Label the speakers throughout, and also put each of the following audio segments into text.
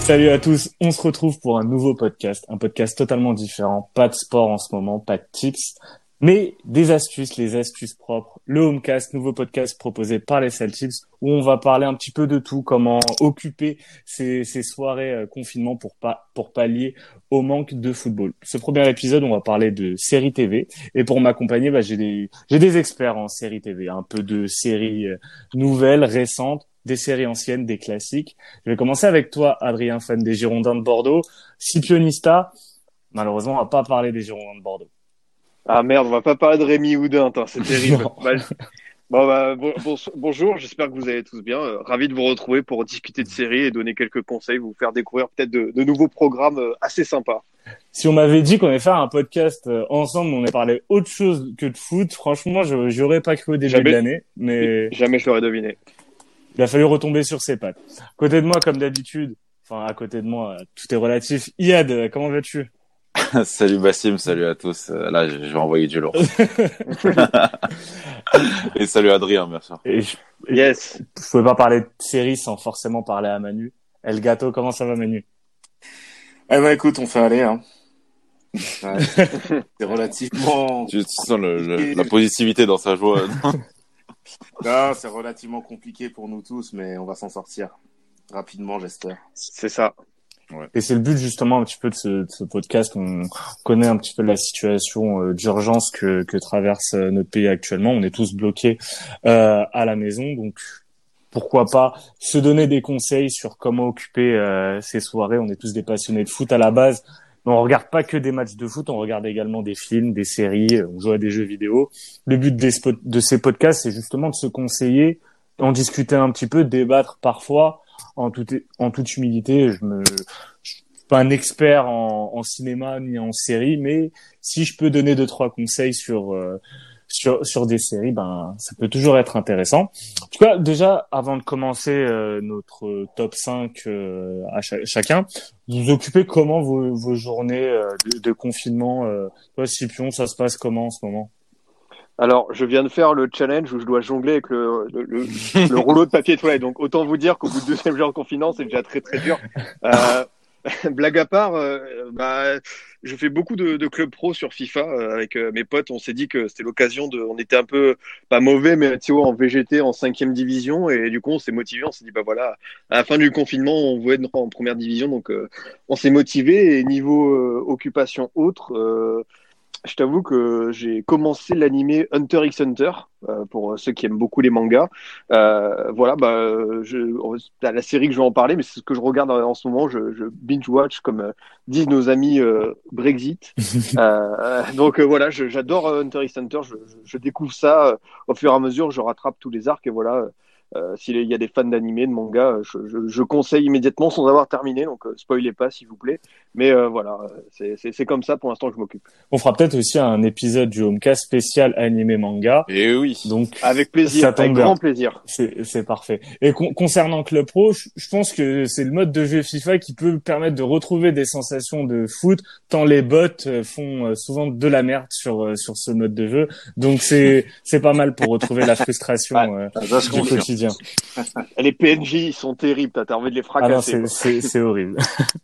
Speaker 1: Salut à tous, on se retrouve pour un nouveau podcast, un podcast totalement différent, pas de sport en ce moment, pas de tips, mais des astuces, les astuces propres, le Homecast, nouveau podcast proposé par les Celtics, où on va parler un petit peu de tout, comment occuper ces soirées confinement pour pallier au manque de football. Ce premier épisode, on va parler de séries TV, et pour m'accompagner, j'ai des experts en séries TV, un peu de séries nouvelles, récentes, des séries anciennes, des classiques. Je vais commencer avec toi, Adrien, fan des Girondins de Bordeaux. Scipionista, malheureusement, on va pas parler des Girondins de Bordeaux.
Speaker 2: Ah merde, on va pas parler de Rémi Houdin, c'est terrible.
Speaker 1: Non.
Speaker 2: Bonjour, j'espère que vous allez tous bien. Ravi de vous retrouver pour discuter de séries et donner quelques conseils, vous faire découvrir peut-être de nouveaux programmes assez sympas.
Speaker 1: Si on m'avait dit qu'on allait faire un podcast ensemble, on allait parler autre chose que de foot, franchement, j'aurais pas cru au début de
Speaker 2: Jamais,
Speaker 1: l'année, mais
Speaker 2: jamais je l'aurais deviné.
Speaker 1: il a fallu retomber sur ses pattes. À côté de moi, comme d'habitude, enfin à côté de moi, tout est relatif. Iad, comment vas-tu?
Speaker 3: Salut Bassim, salut à tous. Là, je vais envoyer du lourd. Et salut Adrien, bien sûr.
Speaker 2: Yes.
Speaker 1: Je pouvais pas parler de série sans forcément parler à Manu. El Gato, comment ça va, Manu?
Speaker 4: Eh ben écoute, on fait aller, hein. Ouais, c'est relativement.
Speaker 3: Tu sens la positivité dans sa joie.
Speaker 4: Non, c'est relativement compliqué pour nous tous, mais on va s'en sortir rapidement, j'espère.
Speaker 2: C'est ça.
Speaker 3: Ouais.
Speaker 1: Et c'est le but justement un petit peu de ce podcast. On connaît un petit peu la situation d'urgence que traverse notre pays actuellement. On est tous bloqués à la maison, donc pourquoi pas se donner des conseils sur comment occuper ces soirées. On est tous des passionnés de foot à la base, mais on regarde pas que des matchs de foot, on regarde également des films, des séries, on joue à des jeux vidéo. Le but de ces podcasts, c'est justement de se conseiller, en discuter un petit peu, débattre parfois en toute humilité. Je suis pas un expert en cinéma ni en série, mais si je peux donner 2-3 conseils sur des séries, ben ça peut toujours être intéressant. En tout cas, déjà avant de commencer notre top 5 à chacun, vous vous occupez comment vos journées de confinement toi, Scipion, ça se passe comment en ce moment?
Speaker 2: Alors, je viens de faire le challenge où je dois jongler avec le rouleau de papier toilette. Donc, autant vous dire qu'au bout de deuxième jour de confinement, c'est déjà très très dur. Euh, Blague à part, je fais beaucoup de clubs pro sur FIFA avec mes potes. On s'est dit que c'était l'occasion on était un peu pas mauvais, mais tu vois, en VGT en 5e division, et du coup on s'est motivé. On s'est dit bah voilà, à la fin du confinement, on voulait être en première division, donc on s'est motivé. Et niveau occupation autre, je t'avoue que j'ai commencé l'animé Hunter x Hunter pour ceux qui aiment beaucoup les mangas. Voilà, la série que je vais en parler, mais c'est ce que je regarde en ce moment. Je binge watch comme disent nos amis Brexit. Donc voilà, j'adore Hunter x Hunter. Je découvre ça au fur et à mesure. Je rattrape tous les arcs et voilà. S'il y a des fans d'animé, de manga, je conseille immédiatement sans avoir terminé. Donc spoilez pas s'il vous plaît. Mais voilà, c'est comme ça pour l'instant que je m'occupe.
Speaker 1: On fera peut-être aussi un épisode du Homecast spécial animé manga.
Speaker 3: Et oui.
Speaker 1: Donc,
Speaker 2: avec plaisir,
Speaker 1: ça tombe
Speaker 2: avec
Speaker 1: bien.
Speaker 2: grand plaisir.
Speaker 1: C'est parfait. Et concernant Club Pro, je pense que c'est le mode de jeu FIFA qui peut permettre de retrouver des sensations de foot, tant les bots font souvent de la merde sur ce mode de jeu. Donc c'est pas mal pour retrouver la frustration du quotidien.
Speaker 2: Les PNJ, ils sont terribles, t'as envie de les fracasser.
Speaker 1: Ah non, c'est horrible.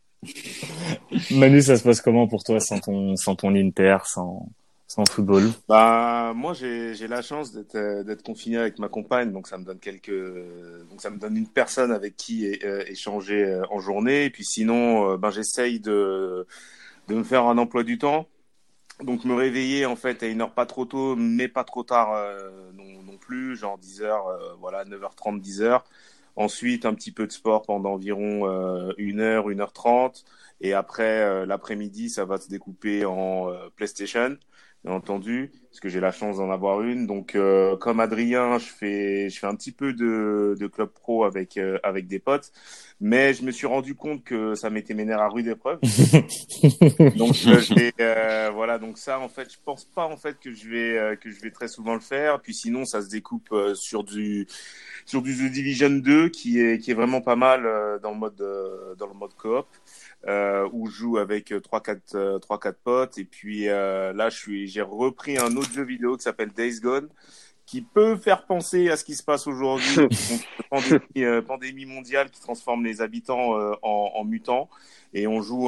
Speaker 1: Manu, ça se passe comment pour toi sans ton Inter, sans football?
Speaker 4: Bah moi j'ai la chance d'être confiné avec ma compagne, donc ça me donne une personne avec qui échanger en journée. Et puis sinon, j'essaye de me faire un emploi du temps. Donc me réveiller en fait à une heure pas trop tôt, mais pas trop tard non plus, genre 10h, voilà, 9h30, 10h. Ensuite, un petit peu de sport pendant environ 1h, 1h30. Et après, l'après-midi, ça va se découper en PlayStation, bien entendu, parce que j'ai la chance d'en avoir une. Donc, comme Adrien, je fais un petit peu de club pro avec des potes. Mais je me suis rendu compte que ça mettait mes nerfs à rude épreuve. Donc voilà, donc ça en fait, je pense pas en fait que je vais très souvent le faire. Puis sinon, ça se découpe sur du The Division 2 qui est vraiment pas mal dans le mode coop. Où je joue avec 3-4 potes. Et puis là, j'ai repris un autre jeu vidéo qui s'appelle Days Gone, qui peut faire penser à ce qui se passe aujourd'hui, donc pandémie mondiale qui transforme les habitants en mutants, et on joue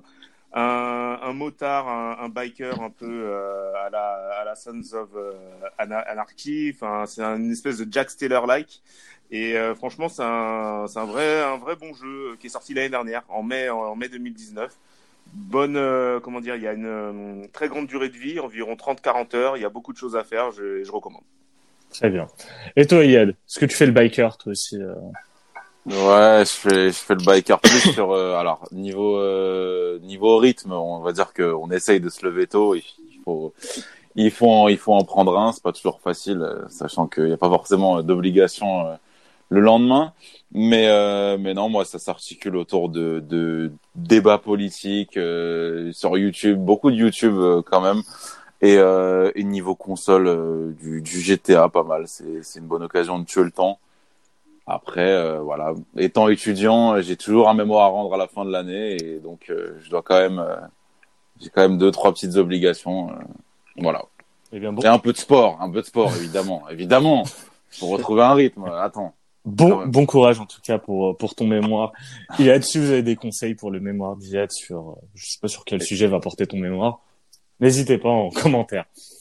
Speaker 4: un motard, un biker un peu à la Sons of Anarchy. Enfin, c'est une espèce de Jack Steller-like. Et franchement, c'est un vrai bon jeu qui est sorti l'année dernière, en mai 2019. Bonne, comment dire, il y a une très grande durée de vie, environ 30-40 heures. Il y a beaucoup de choses à faire, je recommande.
Speaker 1: Très bien. Et toi, Yad, est-ce que tu fais le biker, toi aussi
Speaker 3: Ouais, je fais le biker plus sur alors niveau rythme, on va dire que on essaye de se lever tôt. Il faut en prendre un, c'est pas toujours facile, sachant qu'il n'y a pas forcément d'obligation le lendemain. Mais non, moi ça s'articule autour de débats politiques sur YouTube, beaucoup de YouTube quand même. Et niveau console du GTA, pas mal. C'est une bonne occasion de tuer le temps. Après, voilà, étant étudiant, j'ai toujours un mémoire à rendre à la fin de l'année, et donc je dois j'ai quand même 2-3 petites obligations. Voilà.
Speaker 1: Eh bien, bon.
Speaker 3: Et un peu de sport, évidemment, pour retrouver un rythme. Attends.
Speaker 1: Bon courage en tout cas pour ton mémoire. Yad, si vous avez des conseils pour le mémoire d'Yad sur, je sais pas sur quel sujet va porter ton mémoire, n'hésitez pas en commentaire.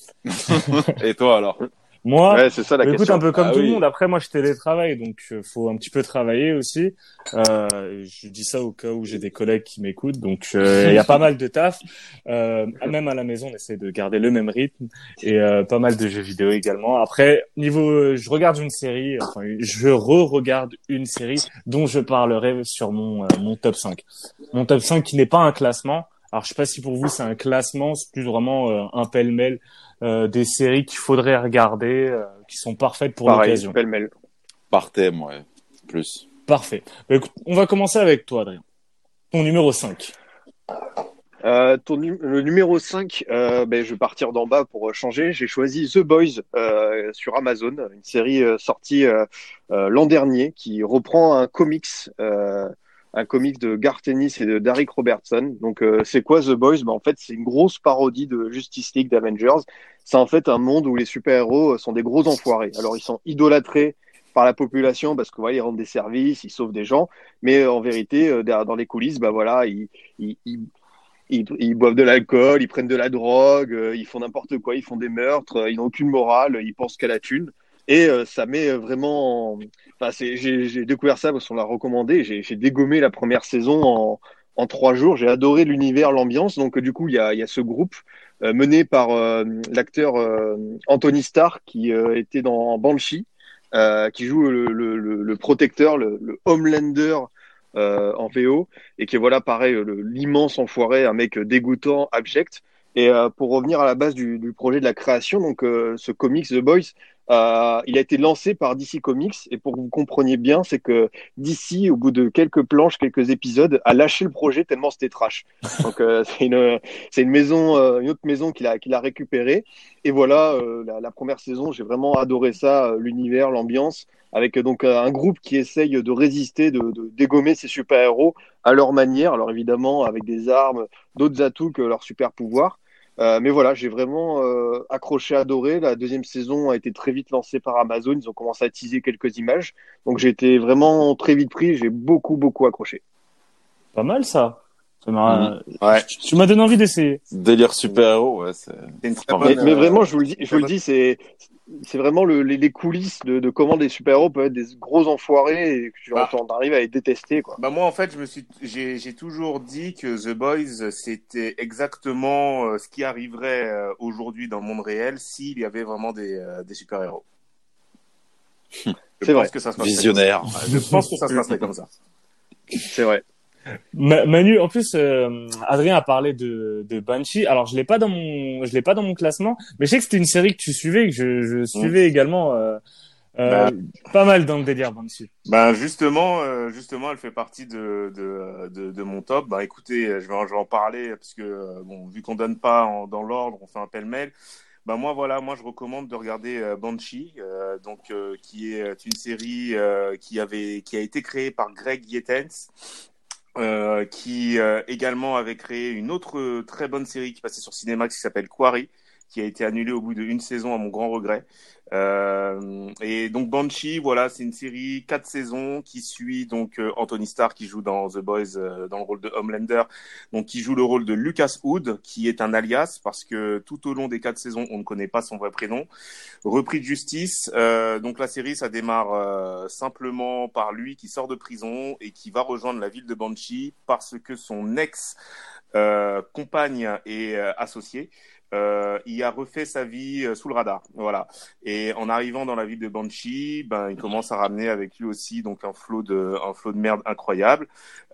Speaker 3: Et toi alors?
Speaker 1: Moi,
Speaker 2: Ouais, c'est ça la
Speaker 1: écoute,
Speaker 2: question.
Speaker 1: un peu comme tout le
Speaker 3: oui.
Speaker 1: monde. Après, moi, je télétravaille, donc faut un petit peu travailler aussi. Je dis ça au cas où j'ai des collègues qui m'écoutent. Donc, il y a pas mal de taf. Même à la maison, on essaie de garder le même rythme et pas mal de jeux vidéo également. Après, je regarde une série. Enfin, je re-regarde une série dont je parlerai sur mon top 5. Mon top 5 qui n'est pas un classement. Alors, je sais pas si pour vous c'est un classement, c'est plus vraiment un pêle-mêle des séries qu'il faudrait regarder, qui sont parfaites pour l'occasion.
Speaker 2: Pêle-mêle.
Speaker 3: Par thème, ouais. Plus.
Speaker 1: Parfait. Bah, écoute, on va commencer avec toi, Adrien. Ton numéro 5.
Speaker 2: Le numéro 5, je vais partir d'en bas pour changer. J'ai choisi The Boys sur Amazon, une série sortie l'an dernier qui reprend un comics de Garth Ennis et de Darick Robertson. Donc, c'est quoi The Boys? En fait, c'est une grosse parodie de Justice League d'Avengers. C'est en fait un monde où les super-héros sont des gros enfoirés. Alors, ils sont idolâtrés par la population parce que ils rendent des services, ils sauvent des gens, mais en vérité, dans les coulisses, ils boivent de l'alcool, ils prennent de la drogue, ils font n'importe quoi, ils font des meurtres, ils n'ont aucune morale, ils pensent qu'à la thune. Et ça met vraiment. J'ai découvert ça parce qu'on l'a recommandé. J'ai dégommé la première saison en 3 jours. J'ai adoré l'univers, l'ambiance. Donc du coup, il y a ce groupe mené par l'acteur Anthony Starr qui était dans Banshee, qui joue le protecteur, le Homelander en VO, et qui est pareil, l'immense enfoiré, un mec dégoûtant, abject. Et pour revenir à la base du projet de la création, donc ce comics The Boys, il a été lancé par DC Comics, et pour que vous compreniez bien, c'est que DC, au bout de quelques planches, quelques épisodes, a lâché le projet tellement c'était trash. Donc c'est une maison, une autre maison qu'il a récupérée. Et voilà, la première saison, j'ai vraiment adoré ça, l'univers, l'ambiance, avec donc un groupe qui essaye de résister, de dégommer ces super-héros à leur manière. Alors évidemment, avec des armes, d'autres atouts que leurs super-pouvoirs. Mais voilà, j'ai vraiment accroché, adoré. La deuxième saison a été très vite lancée par Amazon. Ils ont commencé à teaser quelques images. Donc j'ai été vraiment très vite pris. J'ai beaucoup accroché.
Speaker 1: Pas mal ça.
Speaker 3: Ouais.
Speaker 1: Tu m'as donné envie d'essayer.
Speaker 3: Délire super-héros, ouais.
Speaker 4: C'est une très
Speaker 3: pas
Speaker 4: bonne,
Speaker 3: mal.
Speaker 2: Mais vraiment, je vous le dis, c'est vraiment les coulisses de comment des super-héros peuvent être des gros enfoirés et que tu arrives à les détester, quoi.
Speaker 4: Moi, en fait, j'ai toujours dit que The Boys, c'était exactement ce qui arriverait aujourd'hui dans le monde réel s'il y avait vraiment des super-héros.
Speaker 2: C'est vrai.
Speaker 4: Que ça se passerait
Speaker 3: Visionnaire.
Speaker 4: comme ça. Je pense que ça se passerait comme ça.
Speaker 2: C'est vrai.
Speaker 1: Manu, en plus, Adrien a parlé de Banshee. Alors, je l'ai pas dans mon classement, mais je sais que c'était une série que tu suivais, que je suivais également pas mal dans le délire Banshee.
Speaker 4: Justement, elle fait partie de mon top. Écoutez, je vais en parler parce que vu qu'on donne pas dans l'ordre, on fait un pêle-mêle. Moi je recommande de regarder Banshee, qui est une série qui a été créée par Greg Yetens. Qui également avait créé une autre très bonne série qui passait sur Cinemax qui s'appelle Quarry, qui a été annulée au bout d'une saison à mon grand regret. Et donc Banshee, voilà, c'est une série 4 saisons qui suit donc Anthony Starr qui joue dans The Boys dans le rôle de Homelander, donc qui joue le rôle de Lucas Hood, qui est un alias parce que tout au long des 4 saisons on ne connaît pas son vrai prénom. Repris de justice, donc la série ça démarre simplement par lui qui sort de prison et qui va rejoindre la ville de Banshee parce que son ex compagne et associé il a refait sa vie sous le radar, voilà. Et en arrivant dans la ville de Banshee, ben il commence à ramener avec lui aussi donc un flot de merde incroyable.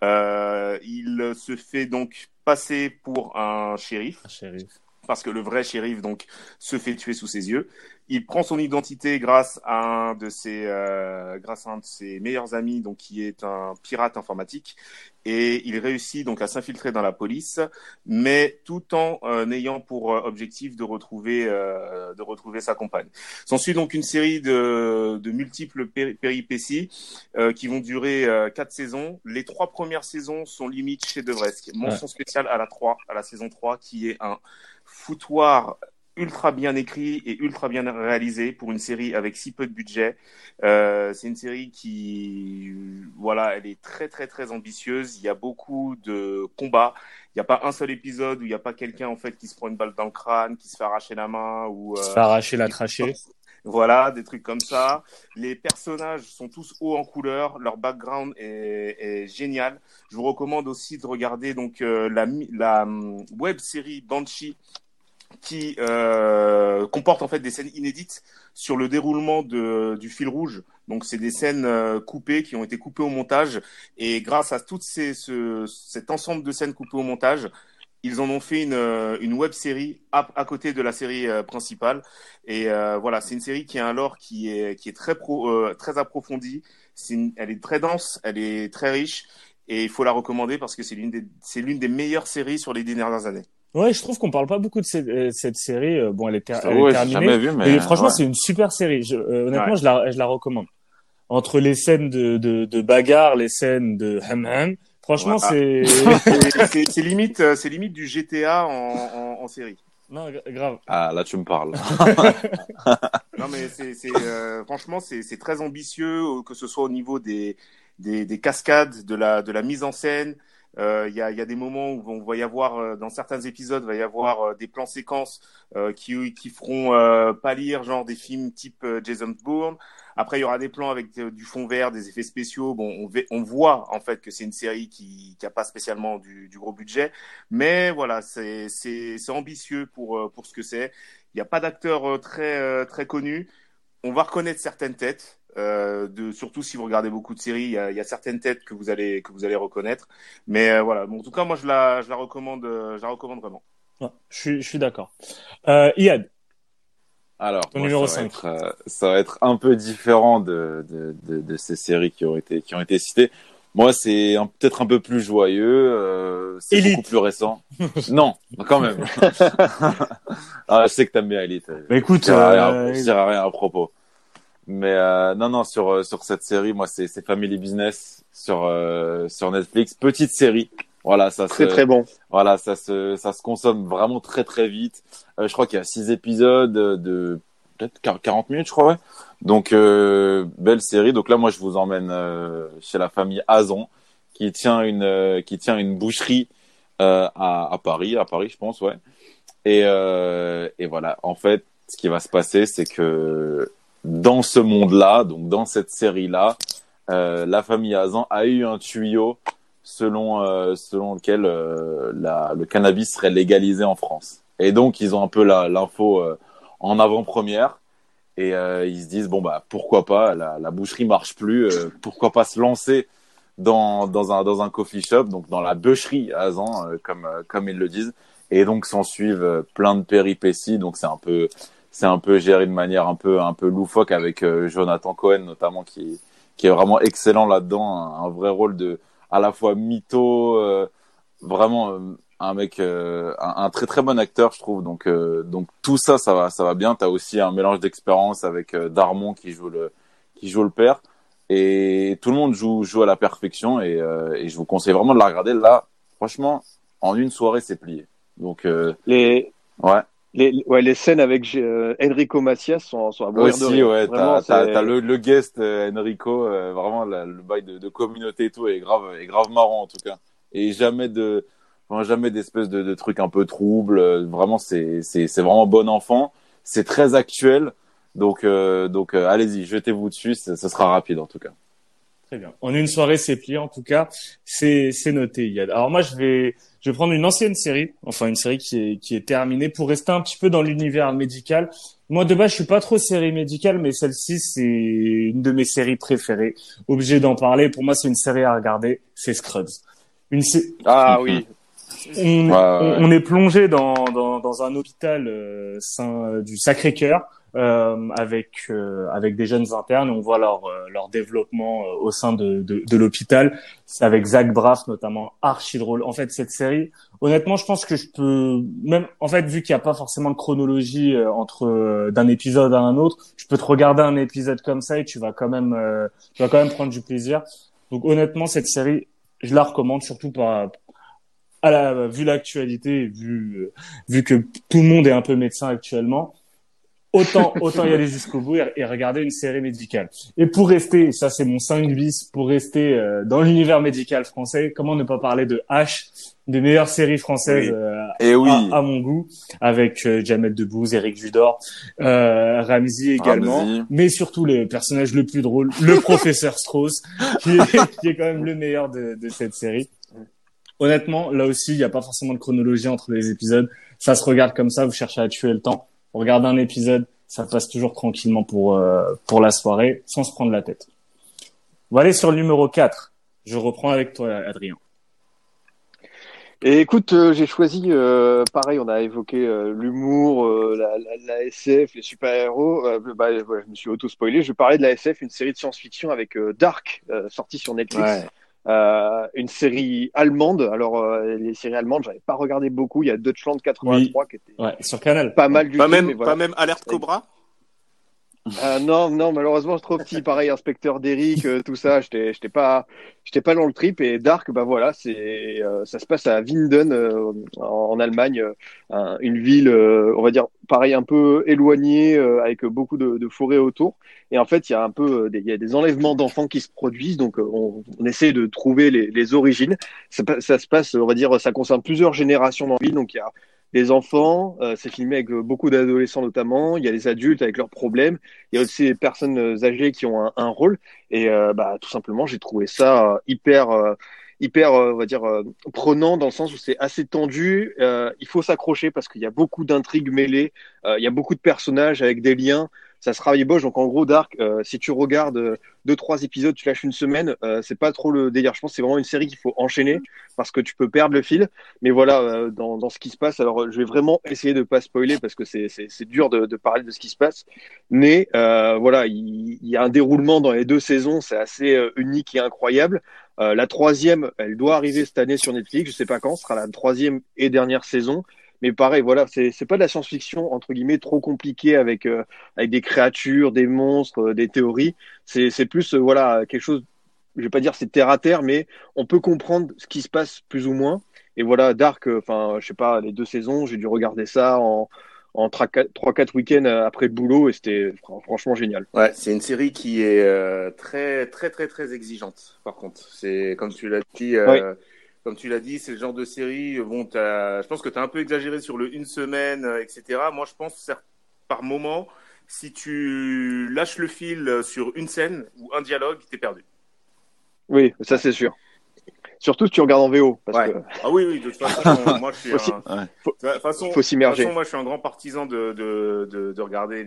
Speaker 4: Il se fait donc passer pour un shérif. Parce que le vrai shérif donc se fait tuer sous ses yeux. Il prend son identité grâce à un de ses meilleurs amis donc qui est un pirate informatique et il réussit donc à s'infiltrer dans la police, mais tout en ayant pour objectif de retrouver sa compagne. S'ensuit donc une série de multiples péripéties qui vont durer 4 saisons. Les 3 premières saisons sont limite chef-d'œuvresques. Mention spéciale à la saison 3 qui est un foutoir ultra bien écrit et ultra bien réalisé pour une série avec si peu de budget. C'est une série qui, voilà, elle est très très très ambitieuse. Il y a beaucoup de combats. Il n'y a pas un seul épisode où il n'y a pas quelqu'un en fait qui se prend une balle dans le crâne, qui se fait arracher la main ou
Speaker 1: se fait arracher la trachée.
Speaker 4: Voilà, des trucs comme ça. Les personnages sont tous hauts en couleur. Leur background est génial. Je vous recommande aussi de regarder donc la web série Banshee qui comporte en fait des scènes inédites sur le déroulement du fil rouge. Donc c'est des scènes coupées qui ont été coupées au montage et grâce à cet ensemble de scènes coupées au montage, ils en ont fait une web série à côté de la série principale et voilà, c'est une série qui a un lore qui est très approfondi. Elle est très dense, elle est très riche et il faut la recommander parce que c'est l'une des meilleures séries sur les 10 dernières années.
Speaker 1: Ouais, je trouve qu'on parle pas beaucoup de cette série. Bon, elle est
Speaker 3: ouais,
Speaker 1: terminée.
Speaker 3: jamais vu, mais
Speaker 1: franchement,
Speaker 3: ouais.
Speaker 1: c'est une super série. Honnêtement, je la recommande. Entre les scènes de bagarre, les scènes de ham-ham, franchement,
Speaker 4: ouais. c'est limite du GTA en série.
Speaker 1: Non, grave.
Speaker 3: Ah, là, tu me parles.
Speaker 4: Non, mais franchement, c'est très ambitieux, que ce soit au niveau des cascades, de la mise en scène. Il y a des moments où on va y avoir dans certains épisodes va y avoir des plans séquences qui feront pâlir genre des films type Jason Bourne. Après il y aura des plans avec du fond vert, des effets spéciaux. Bon, on voit en fait que c'est une série qui a pas spécialement du gros budget, mais voilà, c'est ambitieux pour ce que c'est. Il y a pas d'acteurs très connus. On va reconnaître certaines têtes. Surtout si vous regardez beaucoup de séries, il y a certaines têtes que vous allez reconnaître. Mais voilà, bon, en tout cas, moi je la recommande vraiment.
Speaker 1: Ouais, je suis d'accord. Iyad.
Speaker 3: Alors,
Speaker 1: ton numéro 5.
Speaker 3: Ça va être un peu différent de ces séries qui ont été citées. Moi, c'est peut-être un peu plus joyeux. C'est
Speaker 1: Elite.
Speaker 3: Beaucoup plus récent. Non, quand même. Ah, je sais que t'aimes bien Elite.
Speaker 1: Bah écoute,
Speaker 3: je dirais rien à propos. Mais non, sur cette série, moi, c'est Family Business sur Netflix. Petite série. Voilà,
Speaker 2: très bon.
Speaker 3: Voilà, ça se consomme vraiment très très vite. Je crois qu'il y a 6 épisodes de peut-être 40 minutes, je crois, ouais. Donc belle série. Donc là, moi, je vous emmène chez la famille Azon qui tient une boucherie à Paris, je pense, ouais. Et voilà, en fait, ce qui va se passer, c'est que dans ce monde-là, donc dans cette série-là, la famille Azan a eu un tuyau selon lequel le cannabis serait légalisé en France. Et donc ils ont un peu l'info en avant-première et ils se disent bon bah pourquoi pas, la boucherie marche plus, pourquoi pas se lancer dans un coffee shop, donc dans la bûcherie Azan comme ils le disent. Et donc s'en suivent plein de péripéties. Donc c'est un peu géré de manière un peu loufoque avec Jonathan Cohen notamment qui est vraiment excellent là-dedans, un vrai rôle de à la fois mytho, vraiment un mec un très très bon acteur je trouve. Donc tout ça va bien. T'as aussi un mélange d'expérience avec Darmon qui joue le père et tout le monde joue à la perfection et je vous conseille vraiment de la regarder. Là franchement en une soirée c'est plié. Donc
Speaker 2: les
Speaker 3: ouais.
Speaker 2: les scènes avec Enrico Macias sont à mourir de
Speaker 3: Aussi,
Speaker 2: rire.
Speaker 3: ouais,
Speaker 2: Vraiment,
Speaker 3: t'as le guest Enrico, vraiment le bail de communauté et tout est grave marrant en tout cas. Et jamais d'espèce de trucs un peu troubles. Vraiment, c'est vraiment bon enfant. C'est très actuel. Donc allez-y, jetez-vous dessus. Ce sera rapide en tout cas.
Speaker 1: Très bien. En une soirée, c'est plié. En tout cas, c'est noté, Yad. Alors moi, je vais prendre une ancienne série, enfin une série qui est terminée, pour rester un petit peu dans l'univers médical. Moi, de base, je suis pas trop série médicale, mais celle-ci, c'est une de mes séries préférées. Obligé d'en parler. Pour moi, c'est une série à regarder. C'est Scrubs. Une, sé-
Speaker 2: Ah oui.
Speaker 3: Ouais, ouais.
Speaker 1: on est plongé dans un hôpital du Sacré-Cœur avec des jeunes internes. On voit leur développement au sein de l'hôpital. C'est avec Zach Braff notamment, archi drôle. En fait, cette série, honnêtement, je pense que je peux même, en fait, vu qu'il n'y a pas forcément de chronologie entre d'un épisode à un autre, je peux te regarder un épisode comme ça et tu vas quand même prendre du plaisir. Donc honnêtement, cette série, je la recommande surtout vu l'actualité, vu que tout le monde est un peu médecin actuellement, autant y aller jusqu'au bout et regarder une série médicale. Et pour rester, ça c'est mon 5 bis, pour rester dans l'univers médical français, comment ne pas parler de H, des meilleures séries françaises
Speaker 2: Oui.
Speaker 3: Et oui,
Speaker 1: à mon goût, avec Jamel Debbouze, Éric Judor, Ramzy également,
Speaker 3: Ramzy.
Speaker 1: mais surtout le personnage le plus drôle, le professeur Strauss, qui est quand même le meilleur de cette série. Honnêtement, là aussi, il n'y a pas forcément de chronologie entre les épisodes. Ça se regarde comme ça, vous cherchez à tuer le temps. Vous regardez un épisode, ça passe toujours tranquillement pour la soirée, sans se prendre la tête. On va aller sur le numéro 4. Je reprends avec toi, Adrien.
Speaker 2: Et écoute, j'ai choisi, pareil, on a évoqué l'humour, la SF, les super-héros. Je me suis auto-spoilé. Je parlais de la SF, une série de science-fiction avec Dark, sortie sur Netflix.
Speaker 4: Ouais.
Speaker 2: Une série allemande. Alors, les séries allemandes, j'avais pas regardé beaucoup. Il y a Deutschland
Speaker 1: Oui,
Speaker 2: 83 qui était
Speaker 1: ouais, sur Canal.
Speaker 2: pas
Speaker 1: Ouais.
Speaker 2: mal du tout, mais
Speaker 4: Pas
Speaker 2: voilà.
Speaker 4: même Alerte Cobra?
Speaker 2: Non, non, malheureusement, je suis trop petit. Pareil, inspecteur d'Eric, tout ça, j'étais pas dans le trip. Et Dark, bah voilà, ça se passe à Winden, en Allemagne, une ville, on va dire, pareil, un peu éloignée, avec beaucoup de forêts autour. Et en fait, il y a un peu, il y a des enlèvements d'enfants qui se produisent. Donc, on essaie de trouver les origines. Ça se passe, on va dire, ça concerne plusieurs générations dans la ville. Donc, il y a les enfants, c'est filmé avec beaucoup d'adolescents notamment. Il y a les adultes avec leurs problèmes. Il y a aussi les personnes âgées qui ont un rôle. Et tout simplement, j'ai trouvé ça hyper, on va dire, prenant dans le sens où c'est assez tendu. Il faut s'accrocher parce qu'il y a beaucoup d'intrigues mêlées. Il y a beaucoup de personnages avec des liens. Ça se travaille boche. Donc en gros, Dark, si tu regardes deux, trois épisodes, tu lâches une semaine, c'est pas trop le délire. Je pense que c'est vraiment une série qu'il faut enchaîner parce que tu peux perdre le fil. Mais voilà, dans ce qui se passe, alors je vais vraiment essayer de pas spoiler parce que c'est dur de parler de ce qui se passe. Mais voilà, il y a un déroulement dans les deux saisons, c'est assez unique et incroyable. La troisième, elle doit arriver cette année sur Netflix, je sais pas quand, ce sera la troisième et dernière saison. Mais pareil, voilà, c'est pas de la science-fiction entre guillemets trop compliquée avec des créatures, des monstres, des théories. C'est plus voilà quelque chose. Je vais pas dire c'est terre à terre, mais on peut comprendre ce qui se passe plus ou moins. Et voilà, Dark, enfin, je sais pas, les deux saisons, j'ai dû regarder ça en 3-4 week-ends après le boulot et c'était franchement génial.
Speaker 4: Ouais, c'est une série qui est très, très, très, très exigeante. Par contre, c'est
Speaker 2: Oui,
Speaker 4: comme tu l'as dit, c'est le genre de série. Bon, je pense que tu as un peu exagéré sur le une semaine, etc. Moi, je pense par moment, si tu lâches le fil sur une scène ou un dialogue, t'es perdu.
Speaker 2: oui, ça c'est sûr. Surtout si tu regardes en VO, parce
Speaker 4: Ouais.
Speaker 2: que
Speaker 4: Ah oui, oui. De toute façon, moi, je suis
Speaker 2: aussi,
Speaker 4: un.
Speaker 3: ouais.
Speaker 4: De toute
Speaker 2: faut s'immerger.
Speaker 4: façon, moi, je suis un grand partisan de regarder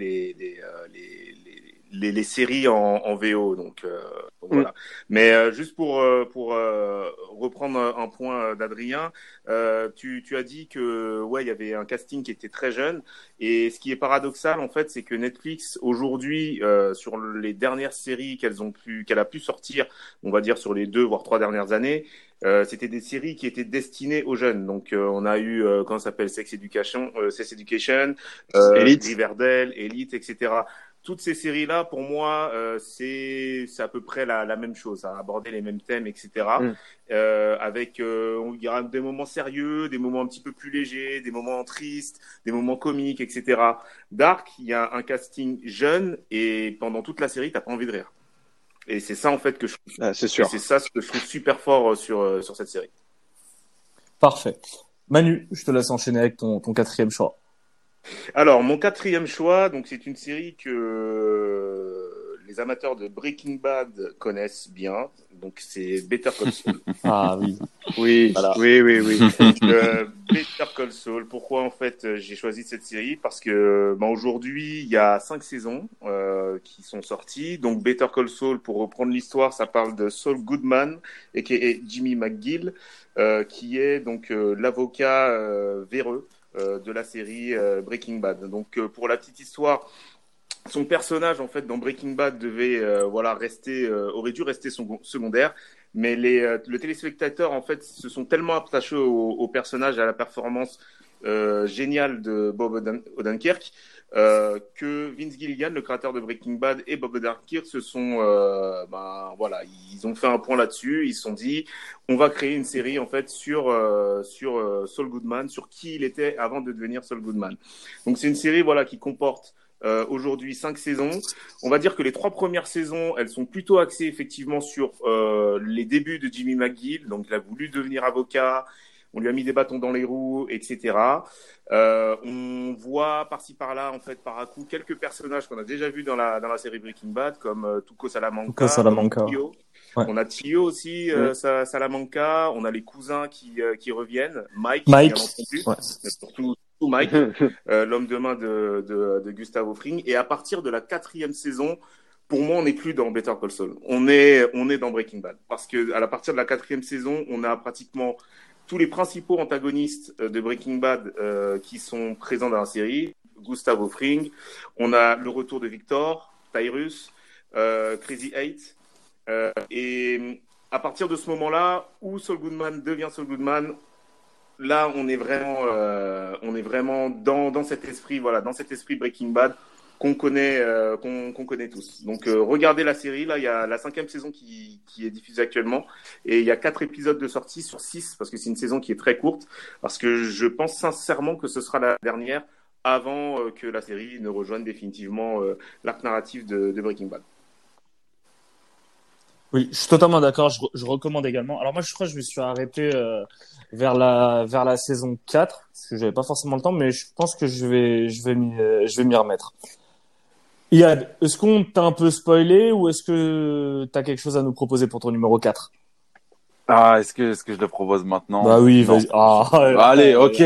Speaker 4: les séries en VO. Donc
Speaker 2: Mm.
Speaker 4: voilà. Mais juste pour reprendre un point d'Adrien, tu as dit que ouais, il y avait un casting qui était très jeune. Et ce qui est paradoxal, en fait, c'est que Netflix aujourd'hui, sur les dernières séries qu'elle a pu sortir, on va dire sur les 2 voire 3 dernières années. C'était des séries qui étaient destinées aux jeunes. Donc, on a eu, comment ça s'appelle, Sex Education,
Speaker 2: Elite.
Speaker 4: Riverdale, Elite, etc. toutes ces séries-là, pour moi, c'est à peu près la même chose, à aborder les mêmes thèmes, etc. Avec il y aura des moments sérieux, des moments un petit peu plus légers, des moments tristes, des moments comiques, etc. Dark, il y a un casting jeune et pendant toute la série, t'as pas envie de rire. Et c'est ça en fait que je trouve.
Speaker 2: C'est sûr.
Speaker 4: Et c'est ça ce que je trouve super fort sur cette série.
Speaker 1: Parfait. Manu, je te laisse enchaîner avec ton quatrième choix.
Speaker 4: Alors, mon quatrième choix, donc c'est une série que les amateurs de Breaking Bad connaissent bien. Donc, c'est Better Call Saul.
Speaker 1: Ah oui.
Speaker 2: Oui,
Speaker 4: voilà.
Speaker 2: Oui.
Speaker 4: Donc, Better Call Saul. Pourquoi en fait j'ai choisi cette série? Parce que aujourd'hui, il y a 5 saisons qui sont sorties. Donc, Better Call Saul, pour reprendre l'histoire, ça parle de Saul Goodman et qui est Jimmy McGill, qui est donc l'avocat véreux de la série Breaking Bad. Donc pour la petite histoire, son personnage en fait dans Breaking Bad aurait dû rester secondaire, mais le téléspectateur en fait se sont tellement attachés au personnage et à la performance géniale de Bob Odenkirk que Vince Gilligan, le créateur de Breaking Bad, et Bob Odenkirk ils ont fait un point là-dessus. Ils se sont dit, on va créer une série en fait sur Saul Goodman, sur qui il était avant de devenir Saul Goodman. Donc c'est une série qui comporte aujourd'hui 5 saisons. On va dire que les 3 premières saisons, elles sont plutôt axées effectivement sur les débuts de Jimmy McGill. Donc il a voulu devenir avocat. On lui a mis des bâtons dans les roues, etc. On voit par-ci par-là, en fait, par à coup, quelques personnages qu'on a déjà vus dans la série Breaking Bad, comme Tuco Salamanca.
Speaker 1: Tio.
Speaker 4: Ouais. On a Tio aussi, Salamanca. On a les cousins qui reviennent. Mike.
Speaker 1: Bien
Speaker 4: entendu. Ouais. Mais surtout Mike, l'homme de main de Gustavo Fring. Et à partir de la 4e saison, pour moi, on n'est plus dans Better Call Saul. On est dans Breaking Bad. Parce que à partir de la 4e saison, on a pratiquement tous les principaux antagonistes de Breaking Bad qui sont présents dans la série. Gustavo Fring, on a le retour de Victor, Tyrus, Crazy Eight. Et à partir de ce moment-là, où Saul Goodman devient Saul Goodman, là, on est vraiment dans cet esprit, dans cet esprit Breaking Bad qu'on connaît tous. Donc, regardez la série. Là, il y a la 5e saison qui est diffusée actuellement. Et il y a 4 épisodes de sortie sur 6, parce que c'est une saison qui est très courte. Parce que je pense sincèrement que ce sera la dernière avant que la série ne rejoigne définitivement l'arc narratif de Breaking Bad.
Speaker 1: Oui, je suis totalement d'accord. Je recommande également. Alors moi, je crois que je me suis arrêté vers la saison 4, parce que j'avais pas forcément le temps, mais je pense que je vais m'y remettre. Iyad, est-ce qu'on t'a un peu spoilé ou est-ce que t'as quelque chose à nous proposer pour ton numéro 4?
Speaker 3: Ah, est-ce que je le propose maintenant?
Speaker 1: Bah oui, vas-y.
Speaker 3: Allez, ok.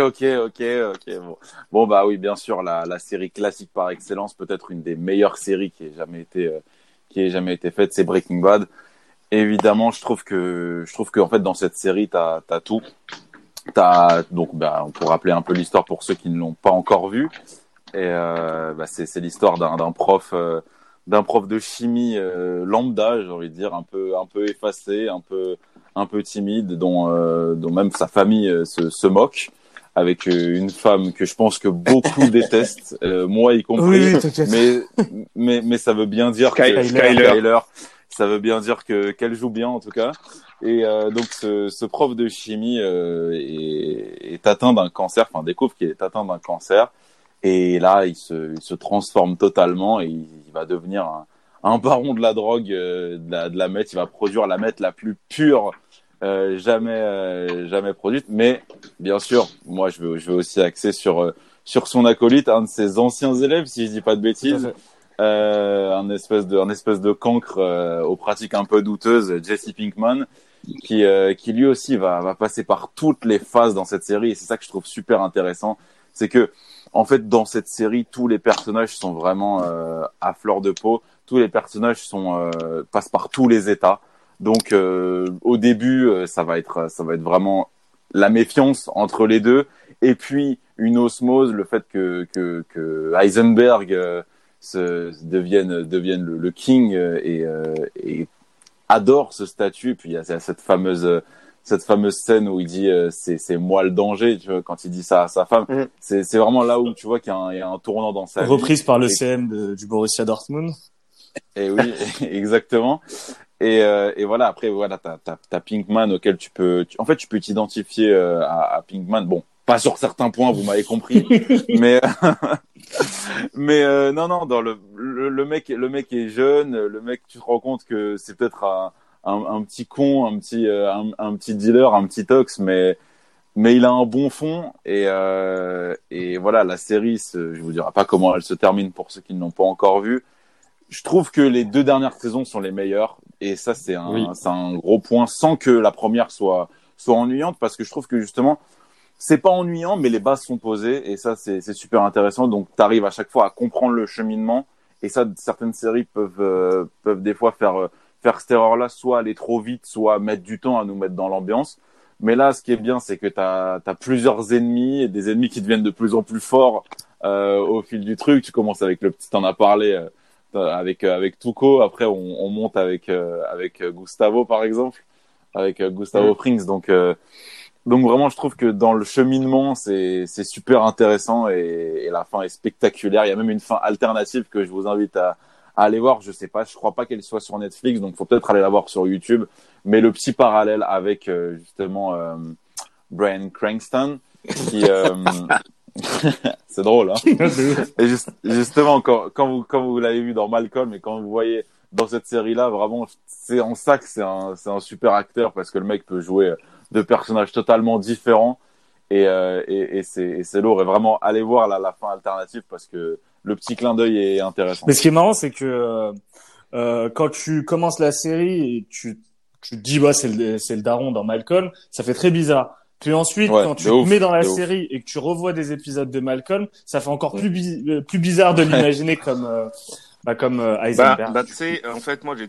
Speaker 3: Bon, bah oui, bien sûr, la série classique par excellence, peut-être une des meilleures séries qui ait jamais été faite, c'est Breaking Bad. Évidemment, je trouve que en fait dans cette série, t'as tout. Donc, pour rappeler un peu l'histoire pour ceux qui ne l'ont pas encore vu. Et c'est l'histoire d'un prof de chimie lambda, j'ai envie de dire, un peu effacé, un peu timide, dont même sa famille se moque, avec une femme que je pense que beaucoup détestent, moi y compris.
Speaker 1: Oui,
Speaker 3: mais ça veut bien dire
Speaker 2: Skyler.
Speaker 3: Ça veut bien dire qu'elle joue bien en tout cas. Et donc ce prof de chimie est atteint d'un cancer, enfin découvre qu'il est atteint d'un cancer. Et là, il se transforme totalement et il va devenir un baron de la drogue, de la meth. Il va produire la meth la plus pure jamais produite. Mais bien sûr, moi, je vais aussi axer sur son acolyte, un de ses anciens élèves, si je dis pas de bêtises, un espèce de cancre aux pratiques un peu douteuses, Jesse Pinkman, qui lui aussi va passer par toutes les phases dans cette série. Et c'est ça que je trouve super intéressant, c'est que en fait, dans cette série, tous les personnages sont vraiment à fleur de peau. Tous les personnages passent par tous les états. Donc, au début, ça va être vraiment la méfiance entre les deux, et puis une osmose, le fait que Heisenberg devienne le king et adore ce statut. Et puis il y a cette fameuse cette fameuse scène où il dit c'est moi le danger, tu vois, quand il dit ça à sa femme. C'est vraiment là où tu vois qu'il y a un tournant dans sa vie.
Speaker 1: Reprise par le CM du Borussia Dortmund.
Speaker 3: Et oui, exactement. Et voilà, après, voilà, t'as Pinkman auquel en fait, tu peux t'identifier à Pinkman. Bon, pas sur certains points, vous m'avez compris. mais non, dans le mec est jeune. Le mec, tu te rends compte que c'est peut-être un petit con, un petit dealer, un petit tox, mais il a un bon fond. Et voilà, la série, je vous dirai pas comment elle se termine pour ceux qui ne l'ont pas encore vue. Je trouve que les 2 dernières saisons sont les meilleures, et ça c'est un gros point, sans que la première soit ennuyante, parce que je trouve que justement c'est pas ennuyant, mais les bases sont posées, et ça c'est super intéressant. Donc t'arrives à chaque fois à comprendre le cheminement, et ça certaines séries peuvent des fois faire cette erreur-là, soit aller trop vite, soit mettre du temps à nous mettre dans l'ambiance. Mais là, ce qui est bien, c'est que t'as plusieurs ennemis, et des ennemis qui deviennent de plus en plus forts au fil du truc. Tu commences avec t'en as parlé. Avec Tuco, après on monte avec Gustavo par exemple, avec Gustavo Frings, donc vraiment je trouve que dans le cheminement c'est super intéressant, et la fin est spectaculaire. Il y a même une fin alternative que je vous invite à aller voir. Je sais pas, je crois pas qu'elle soit sur Netflix, donc faut peut-être aller la voir sur YouTube, mais le petit parallèle avec justement Bryan Cranston qui c'est drôle, hein. Et justement, quand vous l'avez vu dans Malcolm, et quand vous voyez dans cette série-là, vraiment, c'est en ça que c'est un super acteur, parce que le mec peut jouer 2 personnages totalement différents, et c'est lourd. Et vraiment, allez voir la fin alternative, parce que le petit clin d'œil est intéressant.
Speaker 1: Mais ce qui est marrant, c'est que quand tu commences la série et tu te dis bah c'est le daron dans Malcolm, ça fait très bizarre. Puis ensuite, quand tu te mets dans la série et que tu revois des épisodes de Malcolm, ça fait encore plus bizarre de l'imaginer comme Heisenberg.
Speaker 4: Tu sais, en fait, moi,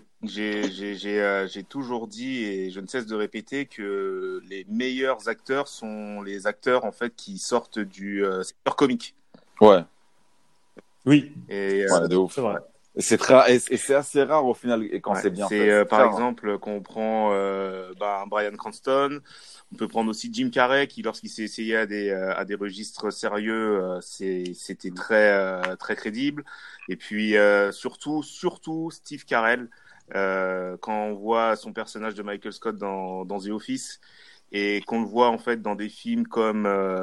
Speaker 4: j'ai toujours dit, et je ne cesse de répéter, que les meilleurs acteurs sont les acteurs en fait qui sortent du secteur comique.
Speaker 3: Ouais.
Speaker 1: Oui.
Speaker 4: Et
Speaker 3: de ouf.
Speaker 1: C'est vrai.
Speaker 3: Et c'est assez rare au final, et quand c'est bien fait.
Speaker 4: C'est par exemple quand on prend Bryan Cranston. On peut prendre aussi Jim Carrey, qui lorsqu'il s'est essayé à des registres sérieux, c'était très crédible. Et puis surtout Steve Carell, quand on voit son personnage de Michael Scott dans The Office, et qu'on le voit en fait dans des films comme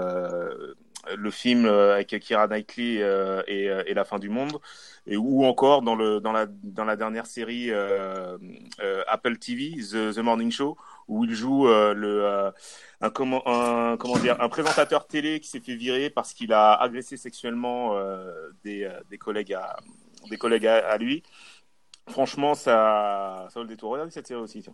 Speaker 4: le film avec Keira Knightley et La fin du monde, ou encore dans la dernière série Apple TV, The Morning Show, où il joue un présentateur télé qui s'est fait virer parce qu'il a agressé sexuellement des collègues à lui. Franchement, ça vaut le détour. Regardez cette série aussi.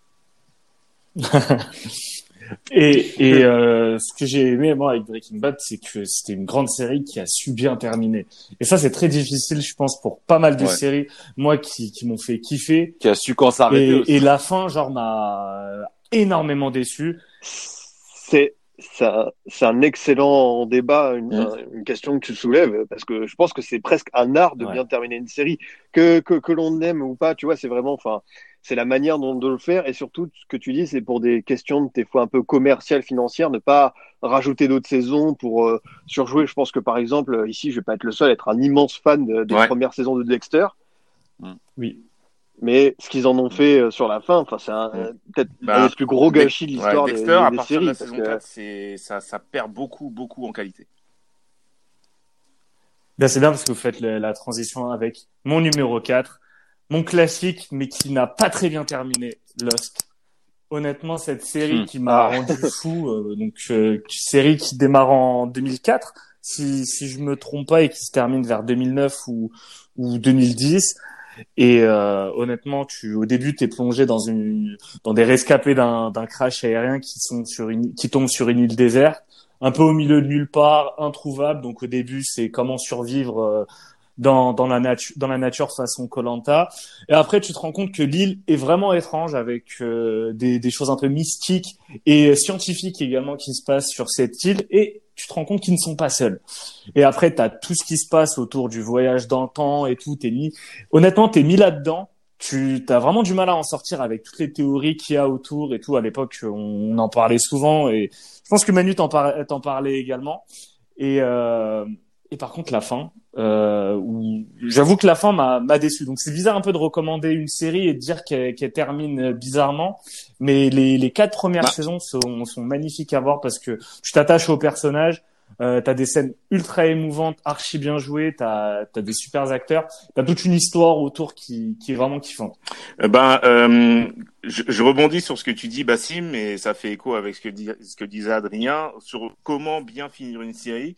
Speaker 1: Et ce que j'ai aimé moi avec Breaking Bad, c'est que c'était une grande série qui a su bien terminer. Et ça, c'est très difficile, je pense, pour pas mal de séries, moi qui m'ont fait kiffer,
Speaker 3: qui a su quand s'arrêter aussi.
Speaker 1: Et la fin, genre, m'a énormément déçu.
Speaker 2: C'est un excellent débat, une question que tu soulèves, parce que je pense que c'est presque un art de bien terminer une série, que l'on aime ou pas, tu vois, c'est vraiment, c'est la manière de le faire, et surtout, ce que tu dis, c'est pour des questions des fois un peu commerciales, financières, ne pas rajouter d'autres saisons pour surjouer. Je pense que par exemple, ici, je vais pas être le seul à être un immense fan des premières saisons de Dexter.
Speaker 1: Oui.
Speaker 2: Mais ce qu'ils en ont fait sur la fin, c'est peut-être un des plus gros gâchis de l'histoire des séries.
Speaker 4: À partir de la saison 4, ça perd beaucoup en qualité.
Speaker 1: Ben, c'est bien parce que vous faites la transition avec mon numéro 4, mon classique, mais qui n'a pas très bien terminé, Lost. Honnêtement, cette série qui m'a rendu fou, série qui démarre en 2004, si je me trompe pas, et qui se termine vers 2009 ou 2010. Et honnêtement, au début, t'es plongé dans des rescapés d'un crash aérien qui tombent sur une île déserte, un peu au milieu de nulle part, introuvable. Donc au début, c'est comment survivre dans la nature façon Koh-Lanta. Et après, tu te rends compte que l'île est vraiment étrange, avec des choses un peu mystiques et scientifiques également qui se passent sur cette île, et tu te rends compte qu'ils ne sont pas seuls. Et après, t'as tout ce qui se passe autour du voyage dans le temps et tout. Honnêtement, t'es mis là-dedans. tu as vraiment du mal à en sortir avec toutes les théories qu'il y a autour et tout. À l'époque, on en parlait souvent et je pense que Manu t'en parlait également. Et par contre, la fin, où j'avoue que la fin m'a déçu. Donc c'est bizarre un peu de recommander une série et de dire qu'elle termine bizarrement, mais les 4 premières saisons sont magnifiques à voir parce que tu t'attaches aux personnages. T'as des scènes ultra émouvantes, archi bien jouées, t'as des super acteurs, t'as toute une histoire autour qui est vraiment kiffante.
Speaker 4: Je rebondis sur ce que tu dis, Bassim, et ça fait écho avec ce que disait Adrien sur comment bien finir une série.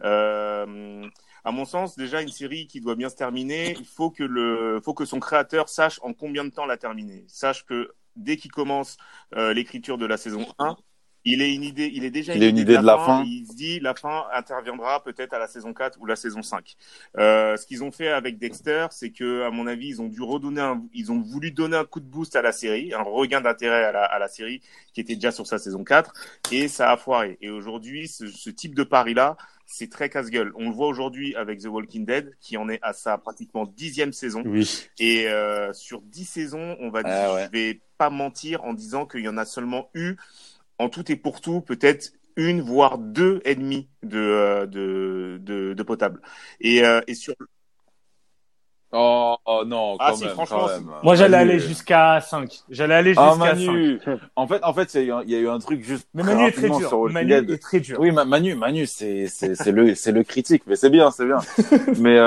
Speaker 4: À mon sens, déjà une série qui doit bien se terminer, il faut que son créateur sache en combien de temps la terminer, sache que dès qu'il commence l'écriture de la saison 1, il est déjà une idée de la fin. Et il se dit la fin interviendra peut-être à la saison 4 ou la saison 5. Ce qu'ils ont fait avec Dexter, c'est que à mon avis, ils ont voulu donner un coup de boost à la série, un regain d'intérêt à la série qui était déjà sur sa saison 4 et ça a foiré. Et aujourd'hui, ce type de pari-là, c'est très casse-gueule. On le voit aujourd'hui avec The Walking Dead qui en est à sa pratiquement 10e saison.
Speaker 1: Oui.
Speaker 4: Et sur 10 saisons, on va dire, je vais pas mentir en disant qu'il y en a seulement eu en tout et pour tout, peut-être 1 voire 2 ennemis de potable. Et sur.
Speaker 3: Oh non, quand même,
Speaker 4: franchement,
Speaker 3: quand même.
Speaker 1: Moi, j'allais aller jusqu'à 5.
Speaker 3: Manu. 5. En fait, il y a eu un truc juste.
Speaker 1: Mais Manu est très dur. Est très dur.
Speaker 3: Oui, Manu, c'est le critique, mais c'est bien. Mais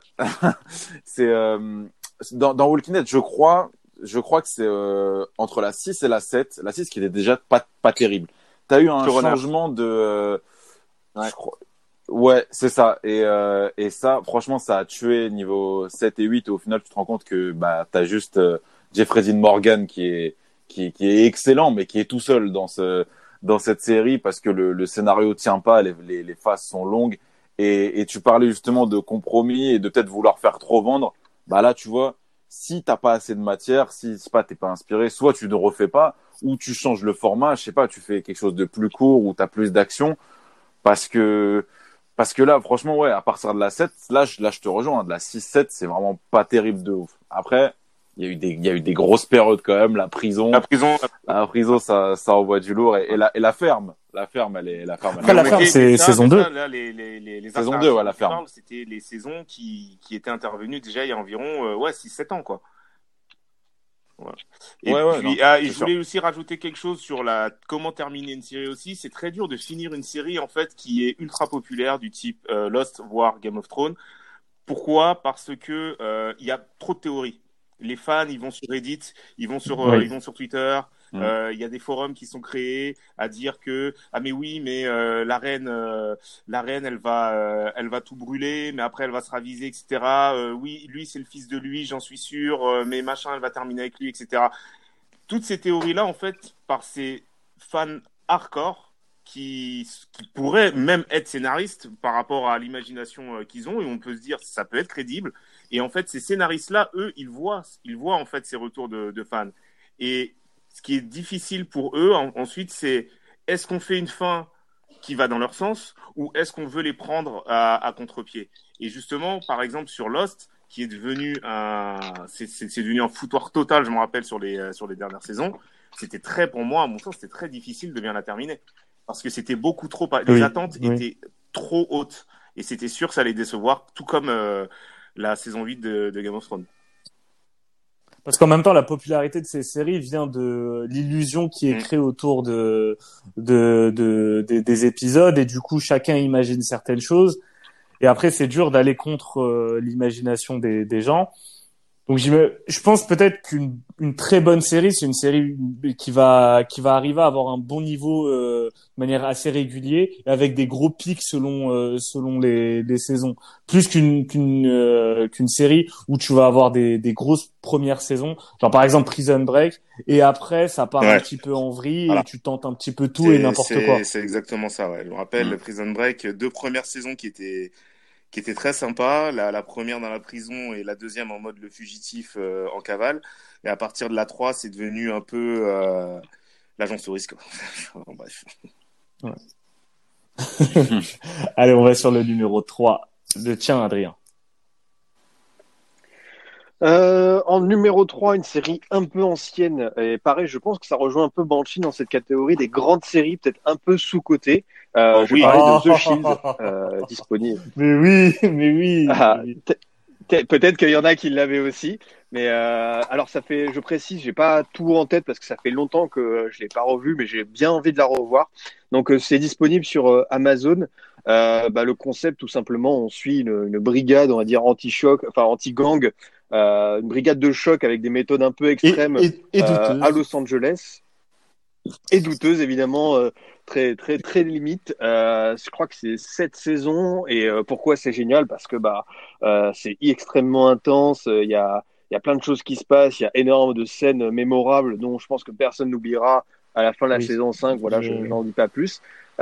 Speaker 3: c'est dans Walking Dead, je crois que c'est entre la 6 et la 7. La 6 qui était déjà pas terrible. T'as eu un changement de...
Speaker 2: Ouais.
Speaker 3: Je crois... Ouais, c'est ça. Et ça, franchement, ça a tué niveau 7 et 8. Et au final, tu te rends compte que t'as juste Jeffrey Dean Morgan qui est excellent, mais qui est tout seul dans cette série parce que le scénario tient pas, les phases sont longues. Et tu parlais justement de compromis et de peut-être vouloir faire trop vendre. Là, tu vois, si t'as pas assez de matière, si t'es pas inspiré, soit tu ne refais pas, ou tu changes le format, je sais pas, tu fais quelque chose de plus court, où t'as plus d'action, parce que là, franchement, ouais, à partir de la 7, là, je te rejoins, de la 6-7, c'est vraiment pas terrible de ouf. Après, il y a eu des grosses périodes quand même, la prison, ça envoie du lourd, et la ferme. La ferme,
Speaker 1: Après, la ferme, c'est saison 2.
Speaker 4: Là, les
Speaker 3: saison 2, ouais, la ferme.
Speaker 4: C'était les saisons qui étaient intervenues déjà il y a environ 6-7 ans, quoi. Voilà. Et je voulais aussi rajouter quelque chose sur comment terminer une série aussi. C'est très dur de finir une série en fait qui est ultra populaire du type Lost voire Game of Thrones. Pourquoi ? Parce que il y a trop de théories. Les fans, ils vont sur Reddit, ils vont sur Twitter. Il y a des forums qui sont créés à dire que mais oui, mais la reine elle va tout brûler, mais après elle va se raviser, etc. Oui, lui c'est le fils de lui, j'en suis sûr, mais machin elle va terminer avec lui, etc. Toutes ces théories là en fait par ces fans hardcore qui pourraient même être scénaristes par rapport à l'imagination qu'ils ont, et on peut se dire ça peut être crédible. Et en fait ces scénaristes là, eux, ils voient en fait ces retours de fans. Et ce qui est difficile pour eux ensuite, c'est est-ce qu'on fait une fin qui va dans leur sens ou est-ce qu'on veut les prendre à contre-pied ? Et justement, par exemple, sur Lost, qui est devenu c'est devenu un foutoir total, je me rappelle, sur les dernières saisons, c'était pour moi, à mon sens, c'était très difficile de bien la terminer. Parce que c'était beaucoup trop, les attentes étaient trop hautes. Et c'était sûr que ça allait décevoir, tout comme la saison 8 de Game of Thrones.
Speaker 1: Parce qu'en même temps, la popularité de ces séries vient de l'illusion qui est créée autour des épisodes, et du coup, chacun imagine certaines choses. Et après, c'est dur d'aller contre l'imagination des gens. Donc, je pense peut-être qu'une très bonne série, c'est une série qui va arriver à avoir un bon niveau de manière assez régulière, avec des gros pics selon les saisons, plus qu'une série où tu vas avoir des grosses premières saisons, genre par exemple Prison Break, et après ça part un petit peu en vrille, et tu tentes un petit peu tout et n'importe quoi.
Speaker 4: C'est exactement ça, ouais. Je me rappelle Prison Break, 2 premières saisons qui étaient très sympa, la première dans la prison et la deuxième en mode le fugitif en cavale. Et à partir de la 3, c'est devenu un peu l'agence au risque. Bref.
Speaker 1: Ouais. Allez, on va sur le numéro 3. Le tien, Adrien.
Speaker 2: En numéro 3, une série un peu ancienne. Et pareil, je pense que ça rejoint un peu Banshee dans cette catégorie des grandes séries, peut-être un peu sous-cotées.
Speaker 4: Oh
Speaker 2: Je vais
Speaker 4: oui.
Speaker 2: parler de
Speaker 1: Oh,
Speaker 2: The Shield, disponible.
Speaker 1: mais oui, mais oui, mais
Speaker 2: Ah,
Speaker 1: oui.
Speaker 2: peut-être qu'il y en a qui l'avaient aussi. Mais alors ça fait, je précise, j'ai pas tout en tête parce que ça fait longtemps que je l'ai pas revu, mais j'ai bien envie de la revoir. Donc c'est disponible sur Amazon. Le concept, tout simplement, on suit une brigade, on va dire anti-choc, enfin anti-gang, une brigade de choc avec des méthodes un peu extrêmes
Speaker 1: Et
Speaker 2: à
Speaker 1: douteuse.
Speaker 2: Los Angeles et douteuse évidemment, très très très limite. Je crois que c'est 7 saisons et pourquoi c'est génial parce que c'est extrêmement intense. Il y a plein de choses qui se passent. Il y a énormément de scènes mémorables dont je pense que personne n'oubliera à la fin de la
Speaker 1: Oui.
Speaker 2: saison 5. Voilà, je
Speaker 1: Je-
Speaker 2: n'en dis pas plus.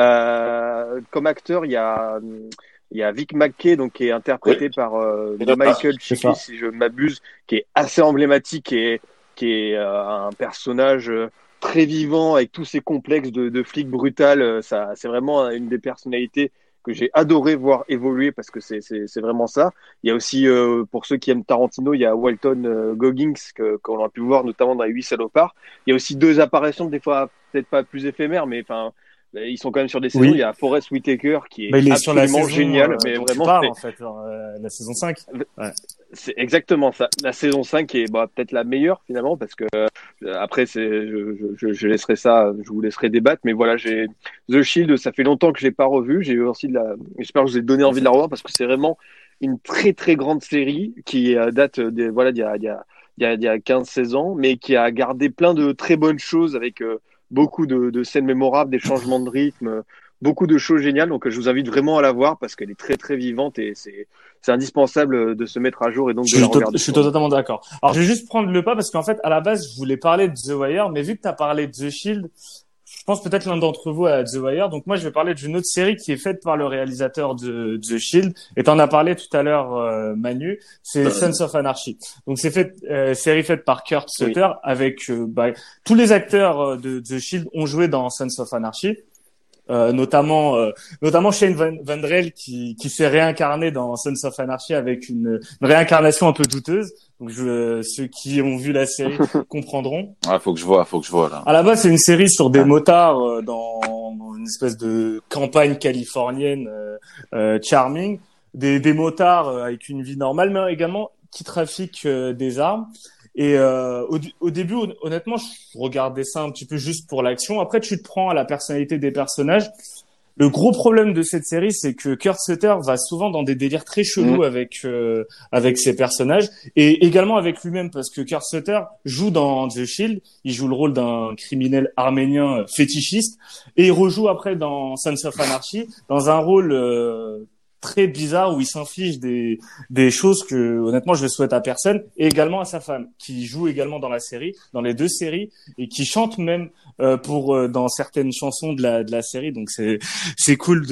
Speaker 2: Comme acteur, il y a Vic Mackey, donc qui est
Speaker 3: Oui,
Speaker 2: interprété par
Speaker 3: c'est ça.
Speaker 2: Michael
Speaker 1: C'est
Speaker 2: Chiklis,
Speaker 1: ça.
Speaker 2: si je ne m'abuse, qui est assez emblématique et qui est un personnage très vivant avec tous ses complexes de flic brutal. Ça, c'est vraiment une des personnalités que j'ai adoré voir évoluer parce que c'est vraiment ça. Il y a aussi, pour ceux qui aiment Tarantino, il y a Walton Goggins qu'on a pu voir notamment dans les 8 salopards. Il y a aussi 2 apparitions, des fois peut-être pas plus éphémères, mais enfin, ils sont quand même sur des saisons. Il y
Speaker 1: Oui.
Speaker 2: a Forest Whitaker qui est
Speaker 1: Bah, il est sur la
Speaker 2: absolument
Speaker 1: saison
Speaker 2: génial, mais
Speaker 1: dont tu
Speaker 2: vraiment,
Speaker 1: parles, en fait, la saison 5. Ouais.
Speaker 2: c'est exactement ça. La saison 5 est peut-être la meilleure finalement parce que après je laisserai ça, je vous laisserai débattre. Mais voilà, j'ai The Shield, ça fait longtemps que je l'ai pas revu. J'ai eu aussi j'espère que je vous ai donné envie de la revoir parce que c'est vraiment une très très grande série qui date voilà d'il y a 15-16 ans, mais qui a gardé plein de très bonnes choses avec beaucoup de scènes mémorables, des changements de rythme. Beaucoup de choses géniales, donc je vous invite vraiment à la voir parce qu'elle est très très vivante et c'est indispensable de se mettre à jour et donc de la
Speaker 1: Je
Speaker 2: regarder
Speaker 1: suis
Speaker 2: sûrement.
Speaker 1: totalement d'accord. Alors, je vais juste prendre le pas parce qu'en fait, à la base, je voulais parler de The Wire, mais vu que tu as parlé de The Shield, je pense peut-être l'un d'entre vous à The Wire. Donc, moi, je vais parler d'une autre série qui est faite par le réalisateur de The Shield. Et tu en as parlé tout à l'heure, Manu. C'est Sons of Anarchy. Donc, série faite par Kurt
Speaker 2: Oui.
Speaker 1: Sutter avec, tous les acteurs de The Shield ont joué dans Sons of Anarchy. Notamment Shane Van Drell qui s'est réincarné dans Sons of Anarchy avec une réincarnation un peu douteuse. Donc ceux qui ont vu la série comprendront.
Speaker 3: Ah, faut que je vois là.
Speaker 1: À la base, c'est une série sur des motards dans une espèce de campagne californienne charming, des motards avec une vie normale, mais également qui trafiquent des armes. Et au début, honnêtement, je regardais ça un petit peu juste pour l'action. Après, tu te prends à la personnalité des personnages. Le gros problème de cette série, c'est que Kurt Sutter va souvent dans des délires très
Speaker 2: Mm.
Speaker 1: chelous avec ses personnages et également avec lui-même parce que Kurt Sutter joue dans The Shield, il joue le rôle d'un criminel arménien fétichiste et il rejoue après dans Sons of Anarchy dans un rôle très bizarre où il s'inflige des choses que honnêtement je ne souhaite à personne et également à sa femme qui joue également dans la série, dans les deux séries et qui chante même dans certaines chansons de la série. Donc c'est cool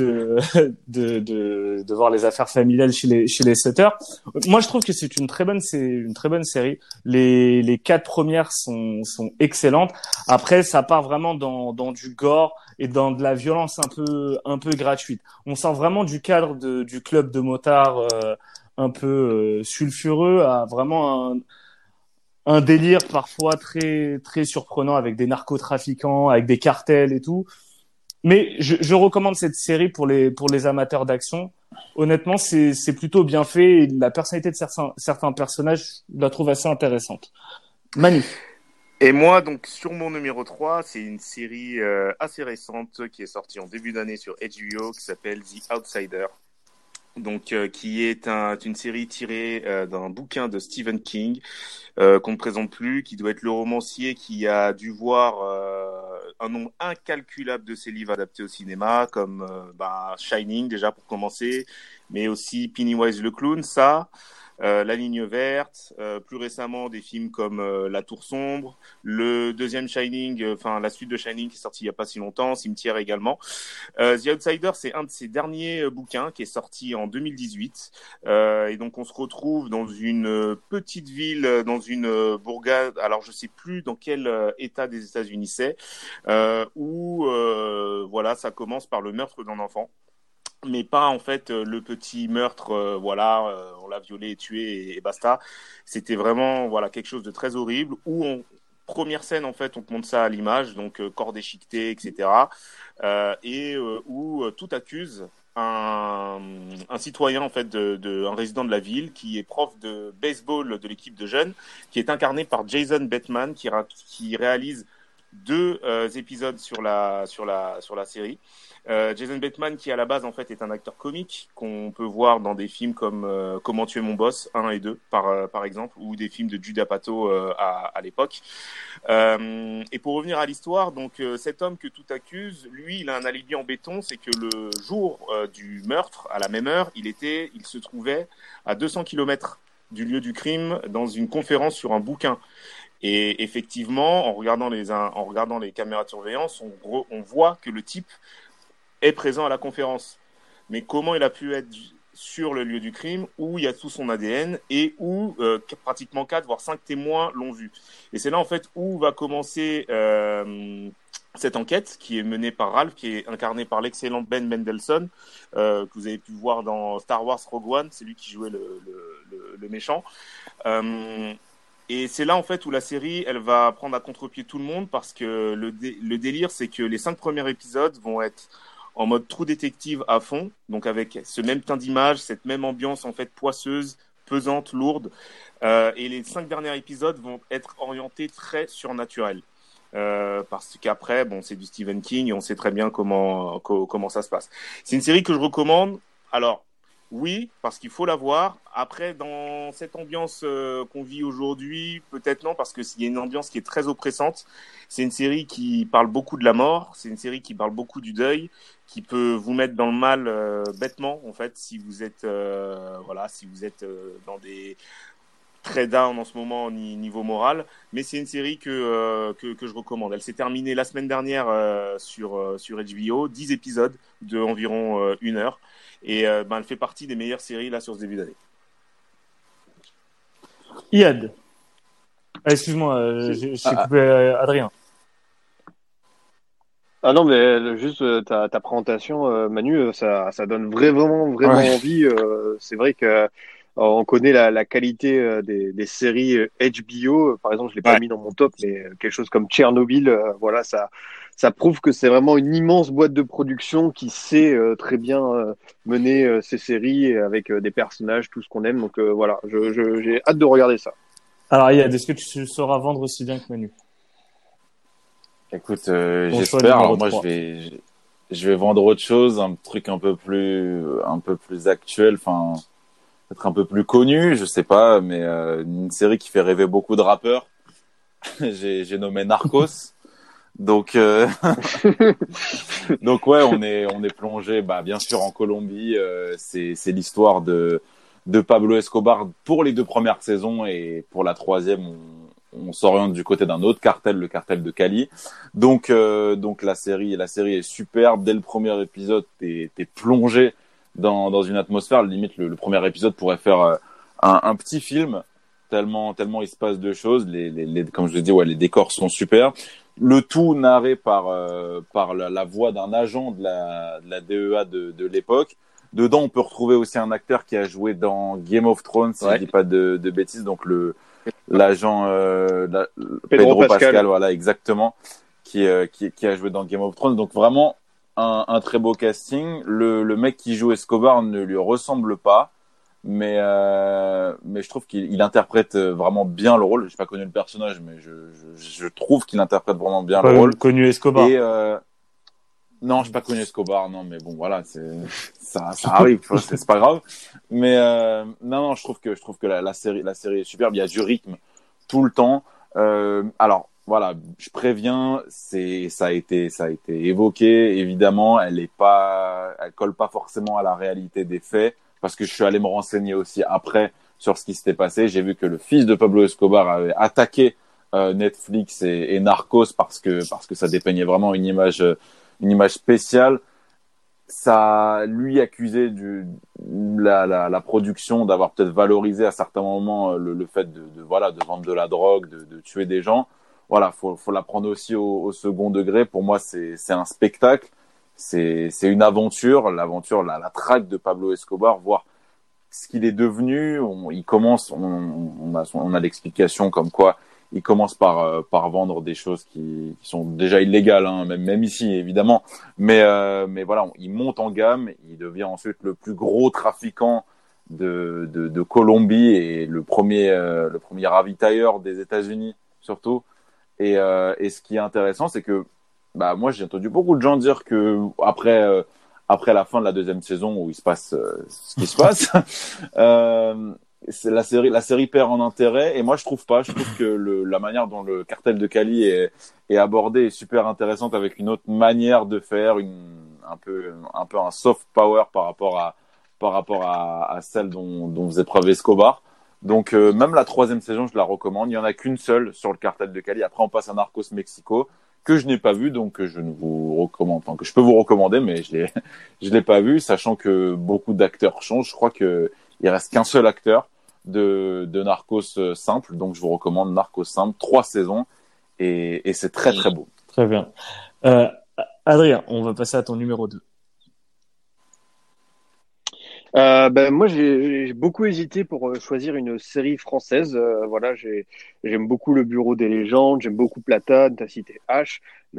Speaker 1: de voir les affaires familiales chez les Sutter. Moi je trouve que c'est une très bonne série. Les 4 premières sont excellentes. Après ça part vraiment dans du gore et dans de la violence un peu gratuite. On sort vraiment du cadre du club de motards un peu sulfureux à vraiment un délire parfois très très surprenant avec des narcotrafiquants, avec des cartels et tout. Mais je recommande cette série pour les amateurs d'action. Honnêtement, c'est plutôt bien fait et la personnalité de certains personnages, je la trouve assez intéressante. Manu.
Speaker 4: Et moi, donc, sur mon numéro 3, c'est une série assez récente qui est sortie en début d'année sur HBO qui s'appelle The Outsider. Donc, qui est une série tirée d'un bouquin de Stephen King qu'on ne présente plus, qui doit être le romancier qui a dû voir un nombre incalculable de ses livres adaptés au cinéma, comme Shining déjà pour commencer, mais aussi Pennywise le clown, ça. La ligne verte, plus récemment des films comme La Tour sombre, le deuxième Shining, la suite de Shining qui est sortie il y a pas si longtemps, Cimetière également. The Outsider, c'est un de ses derniers bouquins qui est sorti en 2018, et donc on se retrouve dans une petite ville, dans une bourgade. Alors je sais plus dans quel état des États-Unis c'est, où voilà, ça commence par le meurtre d'un enfant. mais pas en fait le petit meurtre, voilà, on l'a violé et tué et basta. C'était vraiment voilà quelque chose de très horrible où première scène en fait on te montre ça à l'image, donc corps déchiqueté, etc. Où tout accuse un citoyen en fait un résident de la ville qui est prof de baseball de l'équipe de jeunes, qui est incarné par Jason Bateman, qui réalise 2 épisodes sur la série. Jason Bateman, qui à la base en fait est un acteur comique qu'on peut voir dans des films comme Comment tuer mon boss 1 et 2 par exemple, ou des films de Judd Apatow à l'époque. Et pour revenir à l'histoire, donc cet homme que tout accuse, lui, il a un alibi en béton, c'est que le jour du meurtre, à la même heure, il se trouvait à 200 kilomètres du lieu du crime dans une conférence sur un bouquin. Et effectivement, en regardant les caméras de surveillance, on voit que le type est présent à la conférence. Mais comment il a pu être sur le lieu du crime où il y a tout son ADN et où pratiquement 4 voire 5 témoins l'ont vu. Et c'est là en fait où va commencer cette enquête qui est menée par Ralph, qui est incarné par l'excellent Ben Mendelsohn, que vous avez pu voir dans Star Wars Rogue One, c'est lui qui jouait le méchant. Et c'est là en fait où la série elle va prendre à contre-pied tout le monde, parce que le délire c'est que les 5 premiers épisodes vont être en mode True Detective à fond, donc avec ce même teint d'image, cette même ambiance en fait poisseuse, pesante, lourde, et les 5 derniers épisodes vont être orientés très surnaturels, parce qu'après bon c'est du Stephen King et on sait très bien comment ça se passe. C'est une série que je recommande. Alors oui, parce qu'il faut la voir. Après, dans cette ambiance qu'on vit aujourd'hui, peut-être non, parce qu'il y a une ambiance qui est très oppressante. C'est une série qui parle beaucoup de la mort, c'est une série qui parle beaucoup du deuil, qui peut vous mettre dans le mal bêtement, en fait, si vous êtes dans des très down en ce moment niveau moral. Mais c'est une série que je recommande. Elle s'est terminée la semaine dernière sur HBO, 10 épisodes de environ 1 heure. Et elle fait partie des meilleures séries là sur ce début d'année.
Speaker 1: Iad. Excuse-moi, j'ai coupé Adrien.
Speaker 2: Ah non, mais juste ta présentation, Manu, ça donne vraiment envie. C'est vrai que on connaît la qualité des séries HBO. Par exemple, je l'ai pas mis dans mon top, mais quelque chose comme Tchernobyl, voilà, ça prouve que c'est vraiment une immense boîte de production qui sait très bien mener ses séries avec des personnages, tout ce qu'on aime. Donc voilà, j'ai hâte de regarder ça.
Speaker 1: Alors Iad, est-ce que tu sauras vendre aussi bien que Manu?
Speaker 3: Écoute, j'espère. Alors moi, je vais vendre autre chose, un truc un peu plus actuel, enfin peut-être un peu plus connu, je sais pas, mais une série qui fait rêver beaucoup de rappeurs. j'ai nommé Narcos. Donc donc ouais, on est plongé, bien sûr en Colombie. C'est l'histoire de Pablo Escobar pour les 2 premières saisons, et pour la 3e, on s'oriente du côté d'un autre cartel, le cartel de Cali. Donc la série est superbe. Dès le premier épisode, t'es plongé dans une atmosphère. Limite, le premier épisode pourrait faire un petit film, tellement il se passe de choses. Comme je l'ai dit, ouais, les décors sont super. Le tout narré par la voix d'un agent de la DEA de l'époque. Dedans, on peut retrouver aussi un acteur qui a joué dans Game of Thrones, si je dis pas de bêtises, donc l'agent Pedro Pascal, voilà, exactement, qui a joué dans Game of Thrones. Donc vraiment un très beau casting. Le mec qui joue Escobar ne lui ressemble pas, mais je trouve qu'il interprète vraiment bien le rôle. J'ai pas connu le personnage, mais je trouve qu'il interprète vraiment bien le rôle.
Speaker 1: Connu Escobar.
Speaker 3: Et non, j'ai pas connu Escobar, non, mais bon, voilà, ça arrive, tu vois, c'est pas grave. Mais non, je trouve que la série est superbe. Il y a du rythme tout le temps. Alors voilà, je préviens, ça a été évoqué. Évidemment, elle colle pas forcément à la réalité des faits, parce que je suis allé me renseigner aussi après sur ce qui s'était passé. J'ai vu que le fils de Pablo Escobar avait attaqué Netflix et Narcos parce que ça dépeignait vraiment une image spéciale. Ça lui accusait la production d'avoir peut-être valorisé à certains moments le fait de vendre de la drogue, de tuer des gens. Voilà, faut la prendre aussi au second degré. Pour moi, c'est un spectacle. c'est une aventure, la traque de Pablo Escobar, voir ce qu'il est devenu. On a l'explication comme quoi il commence par vendre des choses qui sont déjà illégales, hein, même ici évidemment. Mais voilà, il monte en gamme, il devient ensuite le plus gros trafiquant de Colombie et le premier ravitailleur des États-Unis surtout. Et ce qui est intéressant, c'est que moi j'ai entendu beaucoup de gens dire que après la fin de la deuxième saison où il se passe ce qui se passe, c'est la série perd en intérêt, et moi je trouve pas. Je trouve que la manière dont le cartel de Cali est abordé est super intéressante, avec une autre manière de faire, un peu un soft power par rapport à celle dont faisait preuve Escobar. Donc même la troisième saison, je la recommande. Il y en a qu'une seule sur le cartel de Cali. Après on passe à Narcos Mexico, que je n'ai pas vu, donc je ne vous recommande, enfin, que je peux vous recommander, mais je l'ai pas vu, sachant que beaucoup d'acteurs changent. Je crois que il reste qu'un seul acteur de Narcos simple, donc je vous recommande Narcos simple, 3 saisons, et c'est très très beau.
Speaker 1: Très bien. Adrien, on va passer à ton numéro 2.
Speaker 2: Moi, j'ai beaucoup hésité pour choisir une série française. Voilà, j'aime beaucoup Le Bureau des légendes, j'aime beaucoup Platane, t'as cité H,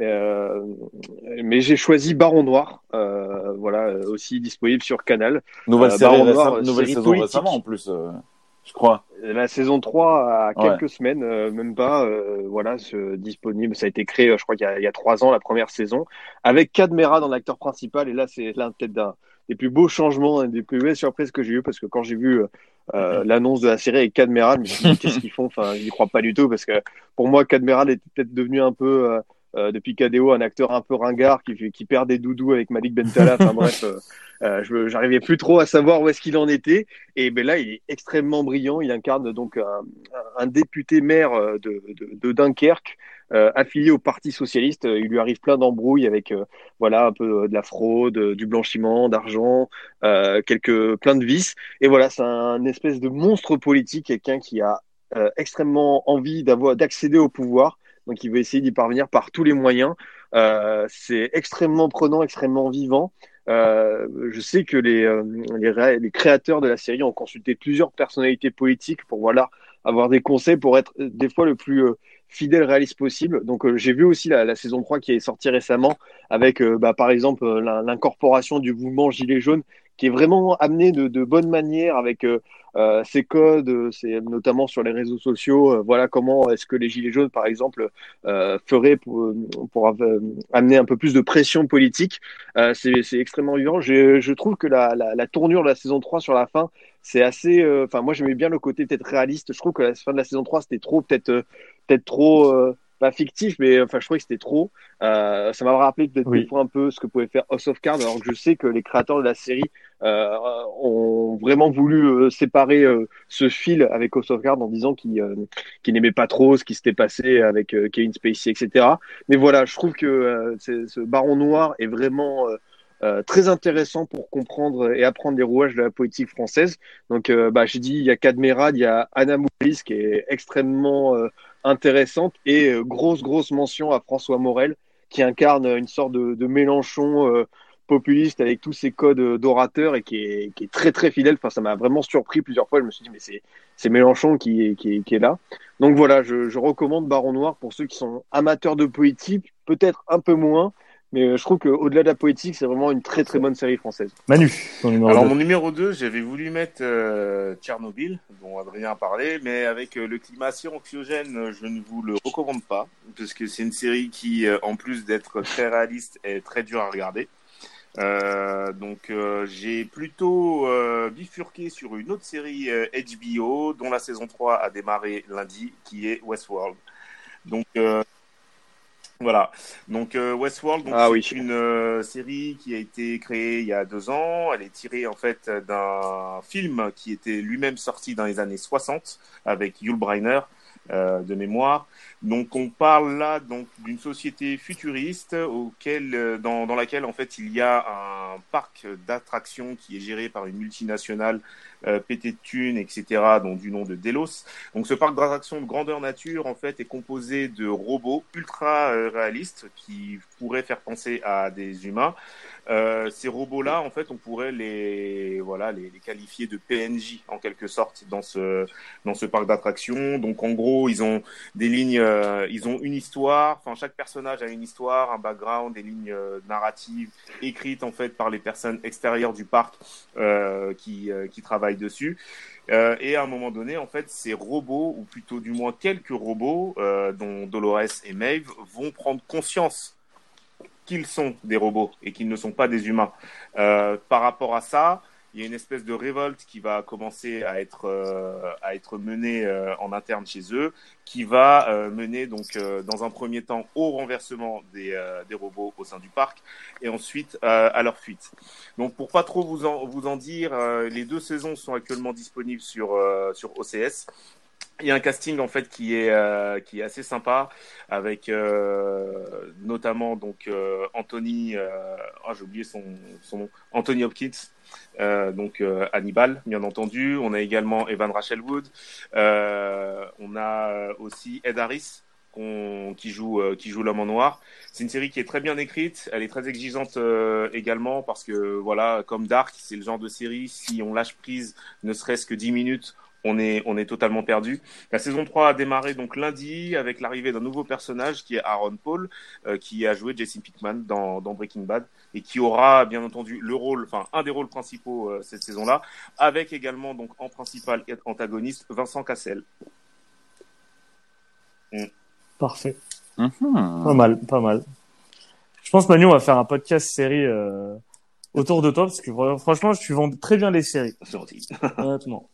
Speaker 2: mais j'ai choisi Baron Noir. Voilà, aussi disponible sur Canal.
Speaker 3: Nouvelle
Speaker 2: série
Speaker 3: saison
Speaker 2: politique.
Speaker 3: récemment en plus, je crois.
Speaker 2: La saison 3 a quelques
Speaker 3: Ouais.
Speaker 2: semaines, même pas. Voilà, disponible. Ça a été créé, je crois qu'il y a 3 ans, la première saison, avec Cadmera dans l'acteur principal. Et là, c'est l'un peut-être des plus beaux changements, des plus belles surprises que j'ai eu, parce que quand j'ai vu l'annonce de la série avec Cadmera, je me suis dit qu'est-ce qu'ils font. Enfin, je n'y crois pas du tout, parce que pour moi, Cadmera était peut-être devenu un peu depuis KDO un acteur un peu ringard qui perd des doudous avec Malik Bentala. Enfin bref, j'arrivais plus trop à savoir où est-ce qu'il en était. Et ben là, il est extrêmement brillant. Il incarne donc un député maire de Dunkerque, affilié au Parti socialiste. Il lui arrive plein d'embrouilles avec voilà, un peu de la fraude, du blanchiment d'argent, plein de vices. Et voilà, c'est un espèce de monstre politique, quelqu'un qui a extrêmement envie d'accéder au pouvoir. Donc, il veut essayer d'y parvenir par tous les moyens. C'est extrêmement prenant, extrêmement vivant. Je sais que les créateurs de la série ont consulté plusieurs personnalités politiques pour voilà avoir des conseils pour être des fois le plus fidèle, réaliste possible. Donc j'ai vu aussi la saison 3 qui est sortie récemment avec par exemple l'incorporation du mouvement Gilets jaunes qui est vraiment amené de bonne manière avec ses codes, notamment sur les réseaux sociaux. Voilà comment est-ce que les Gilets jaunes, par exemple, feraient pour amener un peu plus de pression politique. C'est extrêmement vivant. Je trouve que la tournure de la saison 3 sur la fin, c'est assez. Enfin, moi, j'aimais bien le côté peut-être réaliste. Je trouve que la fin de la saison 3, c'était peut-être trop. Pas fictif, mais enfin, je trouvais que c'était trop. Ça m'a rappelé peut-être des fois un peu ce que pouvait faire House of Cards, alors que je sais que les créateurs de la série ont vraiment voulu séparer ce fil avec House of Cards en disant qu'ils n'aimaient pas trop ce qui s'était passé avec Kevin Spacey, etc. Mais voilà, je trouve que ce Baron Noir est vraiment très intéressant pour comprendre et apprendre les rouages de la politique française. Donc, j'ai dit, il y a Cadmerade, il y a Anna Moulis qui est extrêmement intéressante et grosse mention à François Morel qui incarne une sorte de Mélenchon populiste avec tous ses codes d'orateur et qui est très fidèle. Enfin, ça m'a vraiment surpris plusieurs fois. Je me suis dit, mais c'est Mélenchon qui est là. Donc voilà, je recommande Baron Noir pour ceux qui sont amateurs de politique, peut-être un peu moins, mais je trouve qu'au-delà de la politique, c'est vraiment une très bonne série française.
Speaker 1: Manu, ton numéro 2.
Speaker 4: Alors mon numéro 2, j'avais voulu mettre Tchernobyl, dont Adrien a parlé, mais avec le climat assez anxiogène, je ne vous le recommande pas, parce que c'est une série qui, en plus d'être très réaliste, est très dure à regarder. Donc j'ai plutôt bifurqué sur une autre série HBO, dont la saison 3 a démarré lundi, qui est Westworld. Donc voilà. Donc Westworld, c'est une série qui a été créée il y a 2 ans. Elle est tirée en fait d'un film qui était lui-même sorti dans les années 60 avec Yul Brynner de mémoire. Donc on parle là donc d'une société futuriste dans laquelle en fait il y a un parc d'attractions qui est géré par une multinationale pété de thunes, etc., dont du nom de Delos. Donc ce parc d'attractions de grandeur nature, en fait, est composé de robots ultra réalistes qui pourraient faire penser à des humains. Ces robots-là, en fait, on pourrait les qualifier de PNJ en quelque sorte dans ce parc d'attractions. Donc en gros, ils ont des lignes, ils ont une histoire. Enfin, chaque personnage a une histoire, un background, des lignes narratives écrites en fait par les personnes extérieures du parc qui travaillent dessus. Et à un moment donné, en fait, ces robots, ou plutôt du moins quelques robots, dont Dolores et Maeve, vont prendre conscience qu'ils sont des robots et qu'ils ne sont pas des humains. Par rapport à ça, il y a une espèce de révolte qui va commencer à être menée en interne chez eux, qui va mener donc dans un premier temps au renversement des robots au sein du parc et ensuite à leur fuite. Donc pour pas trop vous en dire, les 2 saisons sont actuellement disponibles sur OCS. Il y a un casting en fait qui est assez sympa avec notamment donc Anthony j'ai oublié son nom, Anthony Hopkins, donc Hannibal bien entendu. On a également Evan Rachel Wood, on a aussi Ed Harris qui joue l'homme en noir. C'est une série qui est très bien écrite, elle est très exigeante également parce que voilà, comme Dark, c'est le genre de série, si on lâche prise ne serait-ce que 10 minutes, on est totalement perdu. La saison 3 a démarré donc lundi avec l'arrivée d'un nouveau personnage qui est Aaron Paul, qui a joué Jesse Pinkman dans Breaking Bad et qui aura bien entendu un des rôles principaux cette saison-là, avec également donc en principal antagoniste Vincent Cassel.
Speaker 1: Parfait. Pas mal. Je pense, Manu, on va faire un podcast série autour de toi parce que franchement, tu vends très bien les séries.
Speaker 4: C'est gentil.
Speaker 1: Honnêtement.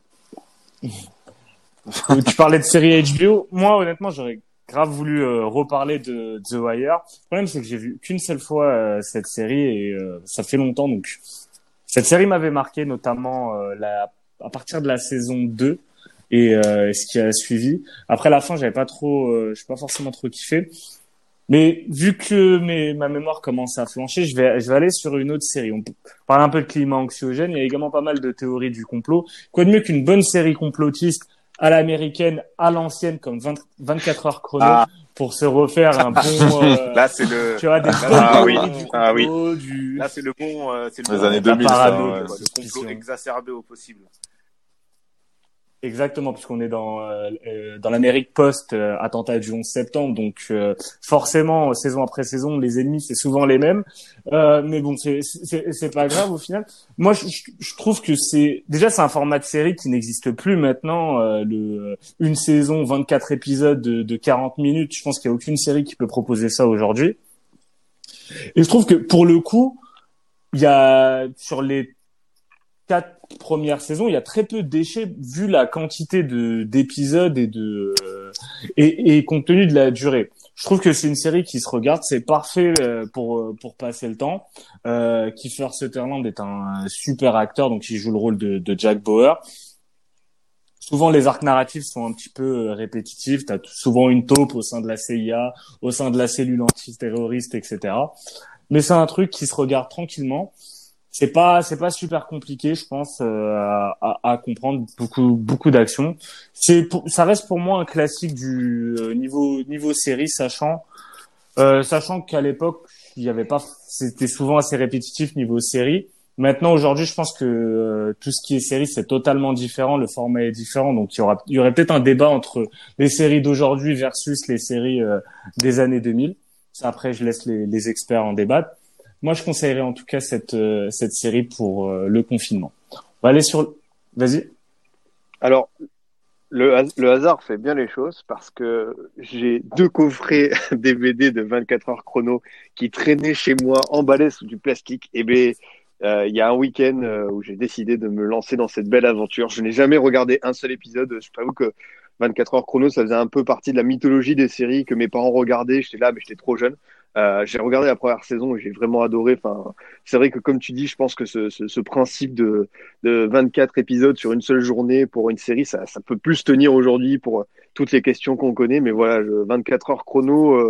Speaker 1: Tu parlais de série HBO. Moi, honnêtement, j'aurais grave voulu reparler de The Wire. Le problème, c'est que j'ai vu qu'une seule fois cette série et ça fait longtemps. Donc, cette série m'avait marqué, notamment à partir de la saison 2 et ce qui a suivi. Après la fin, j'ai pas forcément trop kiffé. Mais vu que ma mémoire commence à flancher, je vais aller sur une autre série. On parle un peu de climat anxiogène. Il y a également pas mal de théories du complot. Quoi de mieux qu'une bonne série complotiste à l'américaine, à l'ancienne, comme 24 heures chrono, pour se refaire un bon.
Speaker 4: Là, c'est le.
Speaker 1: Tu vois, des
Speaker 2: théories
Speaker 1: du complot,
Speaker 4: Là, c'est le bon. C'est
Speaker 3: les années 2000,
Speaker 4: le complot exacerbé au possible.
Speaker 1: Exactement, puisqu'on est dans l'Amérique post-attentat du 11 septembre, donc forcément, saison après saison, les ennemis, c'est souvent les mêmes. Mais bon, c'est pas grave au final. Moi, je trouve que c'est un format de série qui n'existe plus maintenant. Une saison, 24 épisodes de 40 minutes, je pense qu'il y a aucune série qui peut proposer ça aujourd'hui. Et je trouve que pour le coup, il y a sur les 4 premières saisons, il y a très peu de déchets vu la quantité d'épisodes et compte tenu de la durée. Je trouve que c'est une série qui se regarde, c'est parfait pour passer le temps. Kiefer Sutherland est un super acteur, donc il joue le rôle de Jack Bauer. Souvent, les arcs narratifs sont un petit peu répétitifs. T'as souvent une taupe au sein de la CIA, au sein de la cellule antiterroriste, etc. Mais c'est un truc qui se regarde tranquillement. C'est pas super compliqué, je pense, à comprendre, beaucoup d'actions. Ça reste pour moi un classique du niveau série, sachant qu'à l'époque il y avait pas, c'était souvent assez répétitif niveau série. Maintenant, aujourd'hui, je pense que tout ce qui est série, c'est totalement différent, le format est différent, donc il y aurait peut-être un débat entre les séries d'aujourd'hui versus les séries des années 2000. Ça, après, je laisse les experts en débattre. Moi, je conseillerais en tout cas cette série pour le confinement. On va aller Vas-y.
Speaker 2: Alors, le hasard fait bien les choses parce que j'ai 2 coffrets DVD de 24 heures chrono qui traînaient chez moi emballés sous du plastique. Et il y a un week-end où j'ai décidé de me lancer dans cette belle aventure. Je n'ai jamais regardé un seul épisode. Je t'avoue que 24 heures chrono, ça faisait un peu partie de la mythologie des séries que mes parents regardaient. J'étais là, mais j'étais trop jeune. J'ai regardé la première saison et j'ai vraiment adoré. Enfin, c'est vrai que comme tu dis, je pense que ce principe de 24 épisodes sur une seule journée pour une série, ça peut plus tenir aujourd'hui pour toutes les questions qu'on connaît. Mais voilà, 24 heures chrono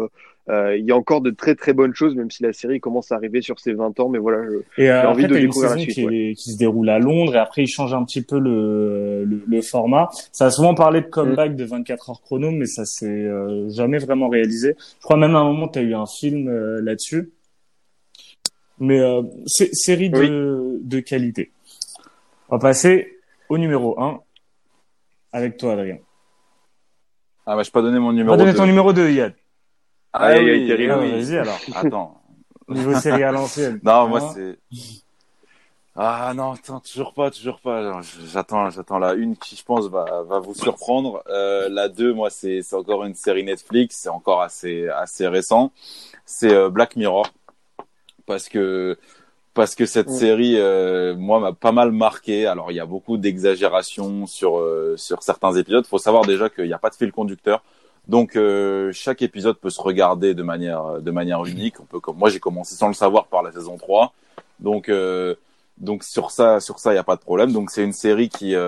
Speaker 2: il y a encore de très très bonnes choses, même si la série commence à arriver sur ses 20 ans. Mais voilà,
Speaker 1: Et
Speaker 2: j'ai envie
Speaker 1: après,
Speaker 2: de
Speaker 1: t'as une
Speaker 2: découvrir la
Speaker 1: saison
Speaker 2: suite. Ouais.
Speaker 1: qui se déroule à Londres et après, ils changent un petit peu le format. Ça a souvent parlé de comeback de 24 heures chrono, mais ça s'est jamais vraiment réalisé. Je crois même à un moment, t'as eu un film là-dessus. Mais série
Speaker 2: Oui.
Speaker 1: de qualité. On va passer au numéro 1 avec toi, Adrien.
Speaker 3: Ah bah je peux pas donner mon
Speaker 1: On va
Speaker 3: numéro
Speaker 1: donner
Speaker 3: 2.
Speaker 1: ton numéro 2, Yann.
Speaker 3: Ah
Speaker 2: Aïe, aïe,
Speaker 3: oui,
Speaker 2: terrible.
Speaker 3: eh
Speaker 1: Ah,
Speaker 3: oui.
Speaker 1: vas-y alors.
Speaker 3: Attends.
Speaker 1: Niveau série à l'ancienne.
Speaker 3: Non, moi
Speaker 1: Hein.
Speaker 3: c'est. Ah non, attends, toujours pas. J'attends la une qui, je pense, va vous surprendre. La 2, moi, c'est encore une série Netflix, c'est encore assez récent. C'est Black Mirror, parce que cette série, moi, m'a pas mal marqué. Alors, il y a beaucoup d'exagérations sur certains épisodes. Faut savoir déjà qu'il n'y a pas de fil conducteur. Donc, chaque épisode peut se regarder de manière unique. Comme moi, j'ai commencé sans le savoir par la saison 3. Donc sur ça, il y a pas de problème. Donc c'est une série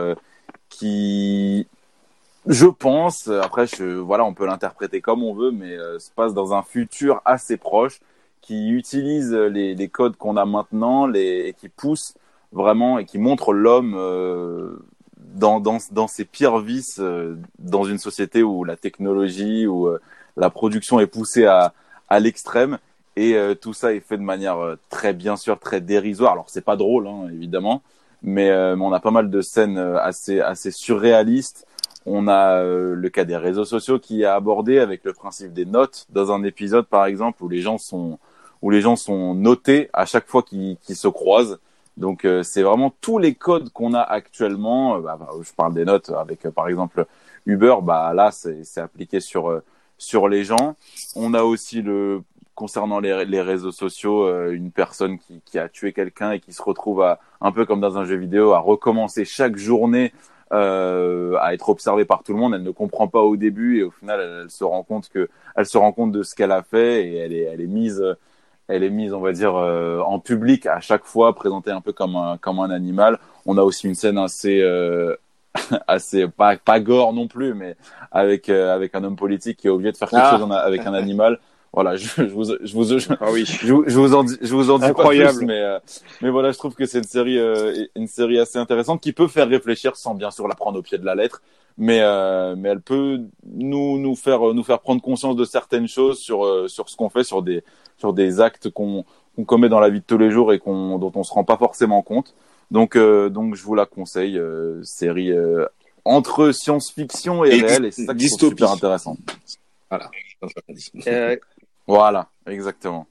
Speaker 3: qui, je pense, après, voilà, on peut l'interpréter comme on veut, mais se passe dans un futur assez proche, qui utilise les codes qu'on a maintenant, et qui pousse vraiment et qui montre l'homme dans ses pires vices, dans une société où la technologie, où la production est poussée à l'extrême. Et tout ça est fait de manière très, bien sûr, très dérisoire. Alors, c'est pas drôle, hein, évidemment, mais on a pas mal de scènes assez surréalistes. On a le cas des réseaux sociaux qui est abordé avec le principe des notes dans un épisode, par exemple, où les gens sont notés à chaque fois qu'ils se croisent. Donc, c'est vraiment tous les codes qu'on a actuellement. Je parle des notes avec, par exemple, Uber. Là, c'est appliqué sur les gens. On a aussi concernant les réseaux sociaux, une personne qui a tué quelqu'un et qui se retrouve un peu comme dans un jeu vidéo, à recommencer chaque journée, à être observée par tout le monde. Elle ne comprend pas au début et au final, elle se rend compte de ce qu'elle a fait, et elle est mise, on va dire, en public à chaque fois, présentée un peu comme un animal. On a aussi une scène assez pas gore non plus, mais avec un homme politique qui est obligé de faire quelque chose avec un animal. Voilà, je vous en dis
Speaker 2: Incroyable.
Speaker 3: pas plus, mais voilà, je trouve que c'est une série assez intéressante qui peut faire réfléchir sans bien sûr la prendre au pied de la lettre, mais elle peut nous faire prendre conscience de certaines choses sur ce qu'on fait, sur des actes qu'on commet dans la vie de tous les jours et dont on se rend pas forcément compte. Donc je vous la conseille, série entre science-fiction et réel, et c'est ça que je trouve super intéressant.
Speaker 4: Voilà.
Speaker 3: Voilà, exactement.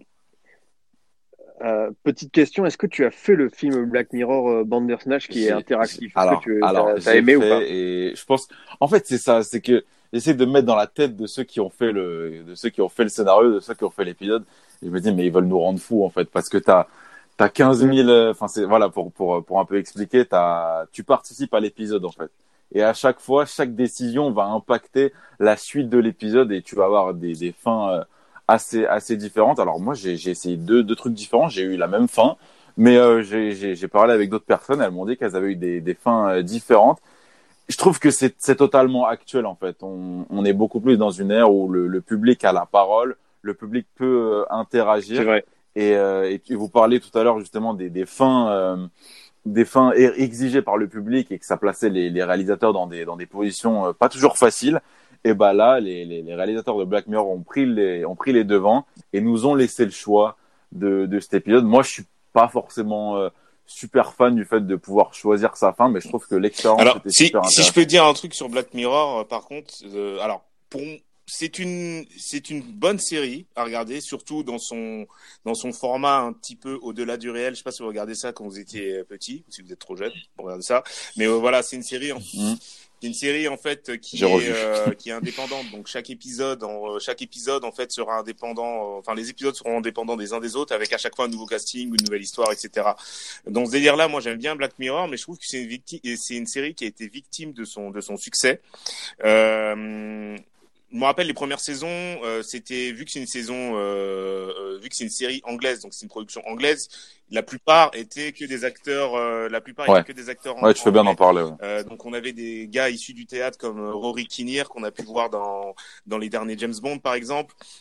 Speaker 2: Petite question, est-ce que tu as fait le film Black Mirror Bandersnatch qui est interactif?
Speaker 3: Alors,
Speaker 2: t'as aimé ou pas?
Speaker 3: Et je pense, en fait, c'est ça, c'est que j'essaie de me mettre dans la tête de ceux qui ont fait le scénario, de ceux qui ont fait l'épisode. Et je me dis, mais ils veulent nous rendre fous, en fait, parce que t'as 15 000, enfin, voilà, pour un peu expliquer, tu participes à l'épisode, en fait. Et à chaque fois, chaque décision va impacter la suite de l'épisode, et tu vas avoir des fins assez différentes. Alors moi, j'ai essayé deux trucs différents. J'ai eu la même fin, mais j'ai parlé avec d'autres personnes. Elles m'ont dit qu'elles avaient eu des fins différentes. Je trouve que c'est totalement actuel, en fait. On est beaucoup plus dans une ère où le public a la parole, le public peut interagir.
Speaker 2: C'est vrai.
Speaker 3: Et vous parliez tout à l'heure justement des fins exigées par le public, et que ça plaçait les réalisateurs dans des positions pas toujours faciles. Et là, les réalisateurs de Black Mirror ont pris les devants et nous ont laissé le choix de cet épisode. Moi, je suis pas forcément super fan du fait de pouvoir choisir sa fin, mais je trouve que l'expérience était super intéressante.
Speaker 4: Si je peux dire un truc sur Black Mirror, par contre, c'est une bonne série à regarder, surtout dans son format un petit peu au-delà du réel. Je sais pas si vous regardez ça quand vous étiez petit, ou si vous êtes trop jeune pour regarder ça, mais voilà, c'est une série en fait qui est indépendante. Donc chaque épisode en fait sera indépendant. Enfin, les épisodes seront indépendants des uns des autres, avec à chaque fois un nouveau casting, une nouvelle histoire, etc. Dans ce délire-là, moi j'aime bien Black Mirror, mais je trouve que c'est une série qui a été victime de son succès. Je me rappelle les premières saisons, c'était vu que c'est une série anglaise, donc c'est une production anglaise. La plupart étaient que des acteurs, étaient que des acteurs.
Speaker 3: Ouais, tu fais bien d'en parler. Ouais.
Speaker 4: Donc on avait des gars issus du théâtre comme Rory Kinnear qu'on a pu voir dans les derniers James Bond par exemple.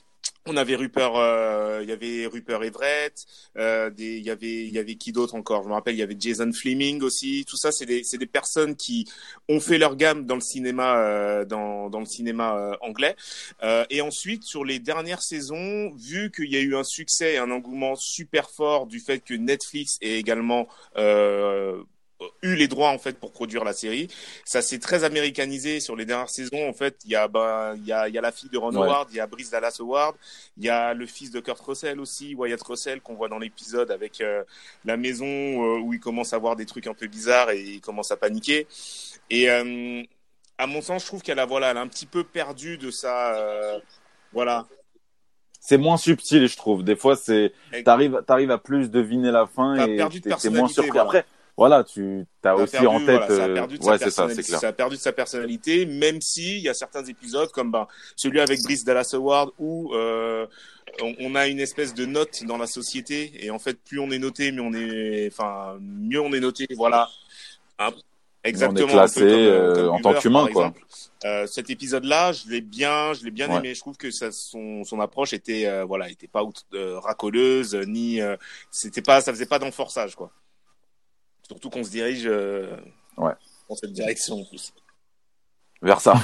Speaker 4: On avait il y avait Rupert Everett, il y avait qui d'autre encore? Je me rappelle, il y avait Jason Fleming aussi. Tout ça, c'est des personnes qui ont fait leur gamme dans le cinéma, dans le cinéma anglais. Et ensuite, sur les dernières saisons, vu qu'il y a eu un succès et un engouement super fort du fait que Netflix ait également eu les droits en fait pour produire la série. Ça s'est très américanisé sur les dernières saisons. En fait, il y a la fille de Ron Howard, il y a Bryce Dallas Howard, il y a le fils de Kurt Russell aussi, Wyatt Russell qu'on voit dans l'épisode avec la maison où il commence à voir des trucs un peu bizarres et il commence à paniquer. Et à mon sens, je trouve qu'elle a elle a un petit peu perdu de sa voilà.
Speaker 3: C'est moins subtil, je trouve. Des fois, t'arrives à plus deviner la fin
Speaker 4: T'as
Speaker 3: et
Speaker 4: perdu de
Speaker 3: t'es moins surpris.
Speaker 4: voilà.
Speaker 3: Après, voilà, t'as aussi
Speaker 4: perdu,
Speaker 3: en tête.
Speaker 4: ça a perdu de
Speaker 3: ouais,
Speaker 4: sa
Speaker 3: c'est ça, c'est clair.
Speaker 4: Ça a perdu de sa personnalité, même si il y a certains épisodes comme celui avec Bryce Dallas Howard où on a une espèce de note dans la société et en fait plus on est noté, mieux on est noté. Voilà. Hein, exactement.
Speaker 3: On est classé
Speaker 4: un peu comme
Speaker 3: en
Speaker 4: Uber,
Speaker 3: tant qu'humain, quoi.
Speaker 4: Cet épisode-là, je l'ai bien
Speaker 3: Ouais.
Speaker 4: aimé. Je trouve que son approche était était pas racoleuse ni ça faisait pas d'enforçage quoi. Surtout qu'on se dirige dans cette direction en plus.
Speaker 3: Vers ça.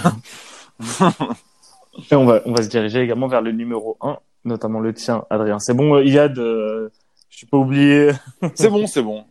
Speaker 1: Et on va se diriger également vers le numéro 1, notamment le tien, Adrien. C'est bon, Iyad, je suis pas oublié.
Speaker 3: C'est bon. C'est bon.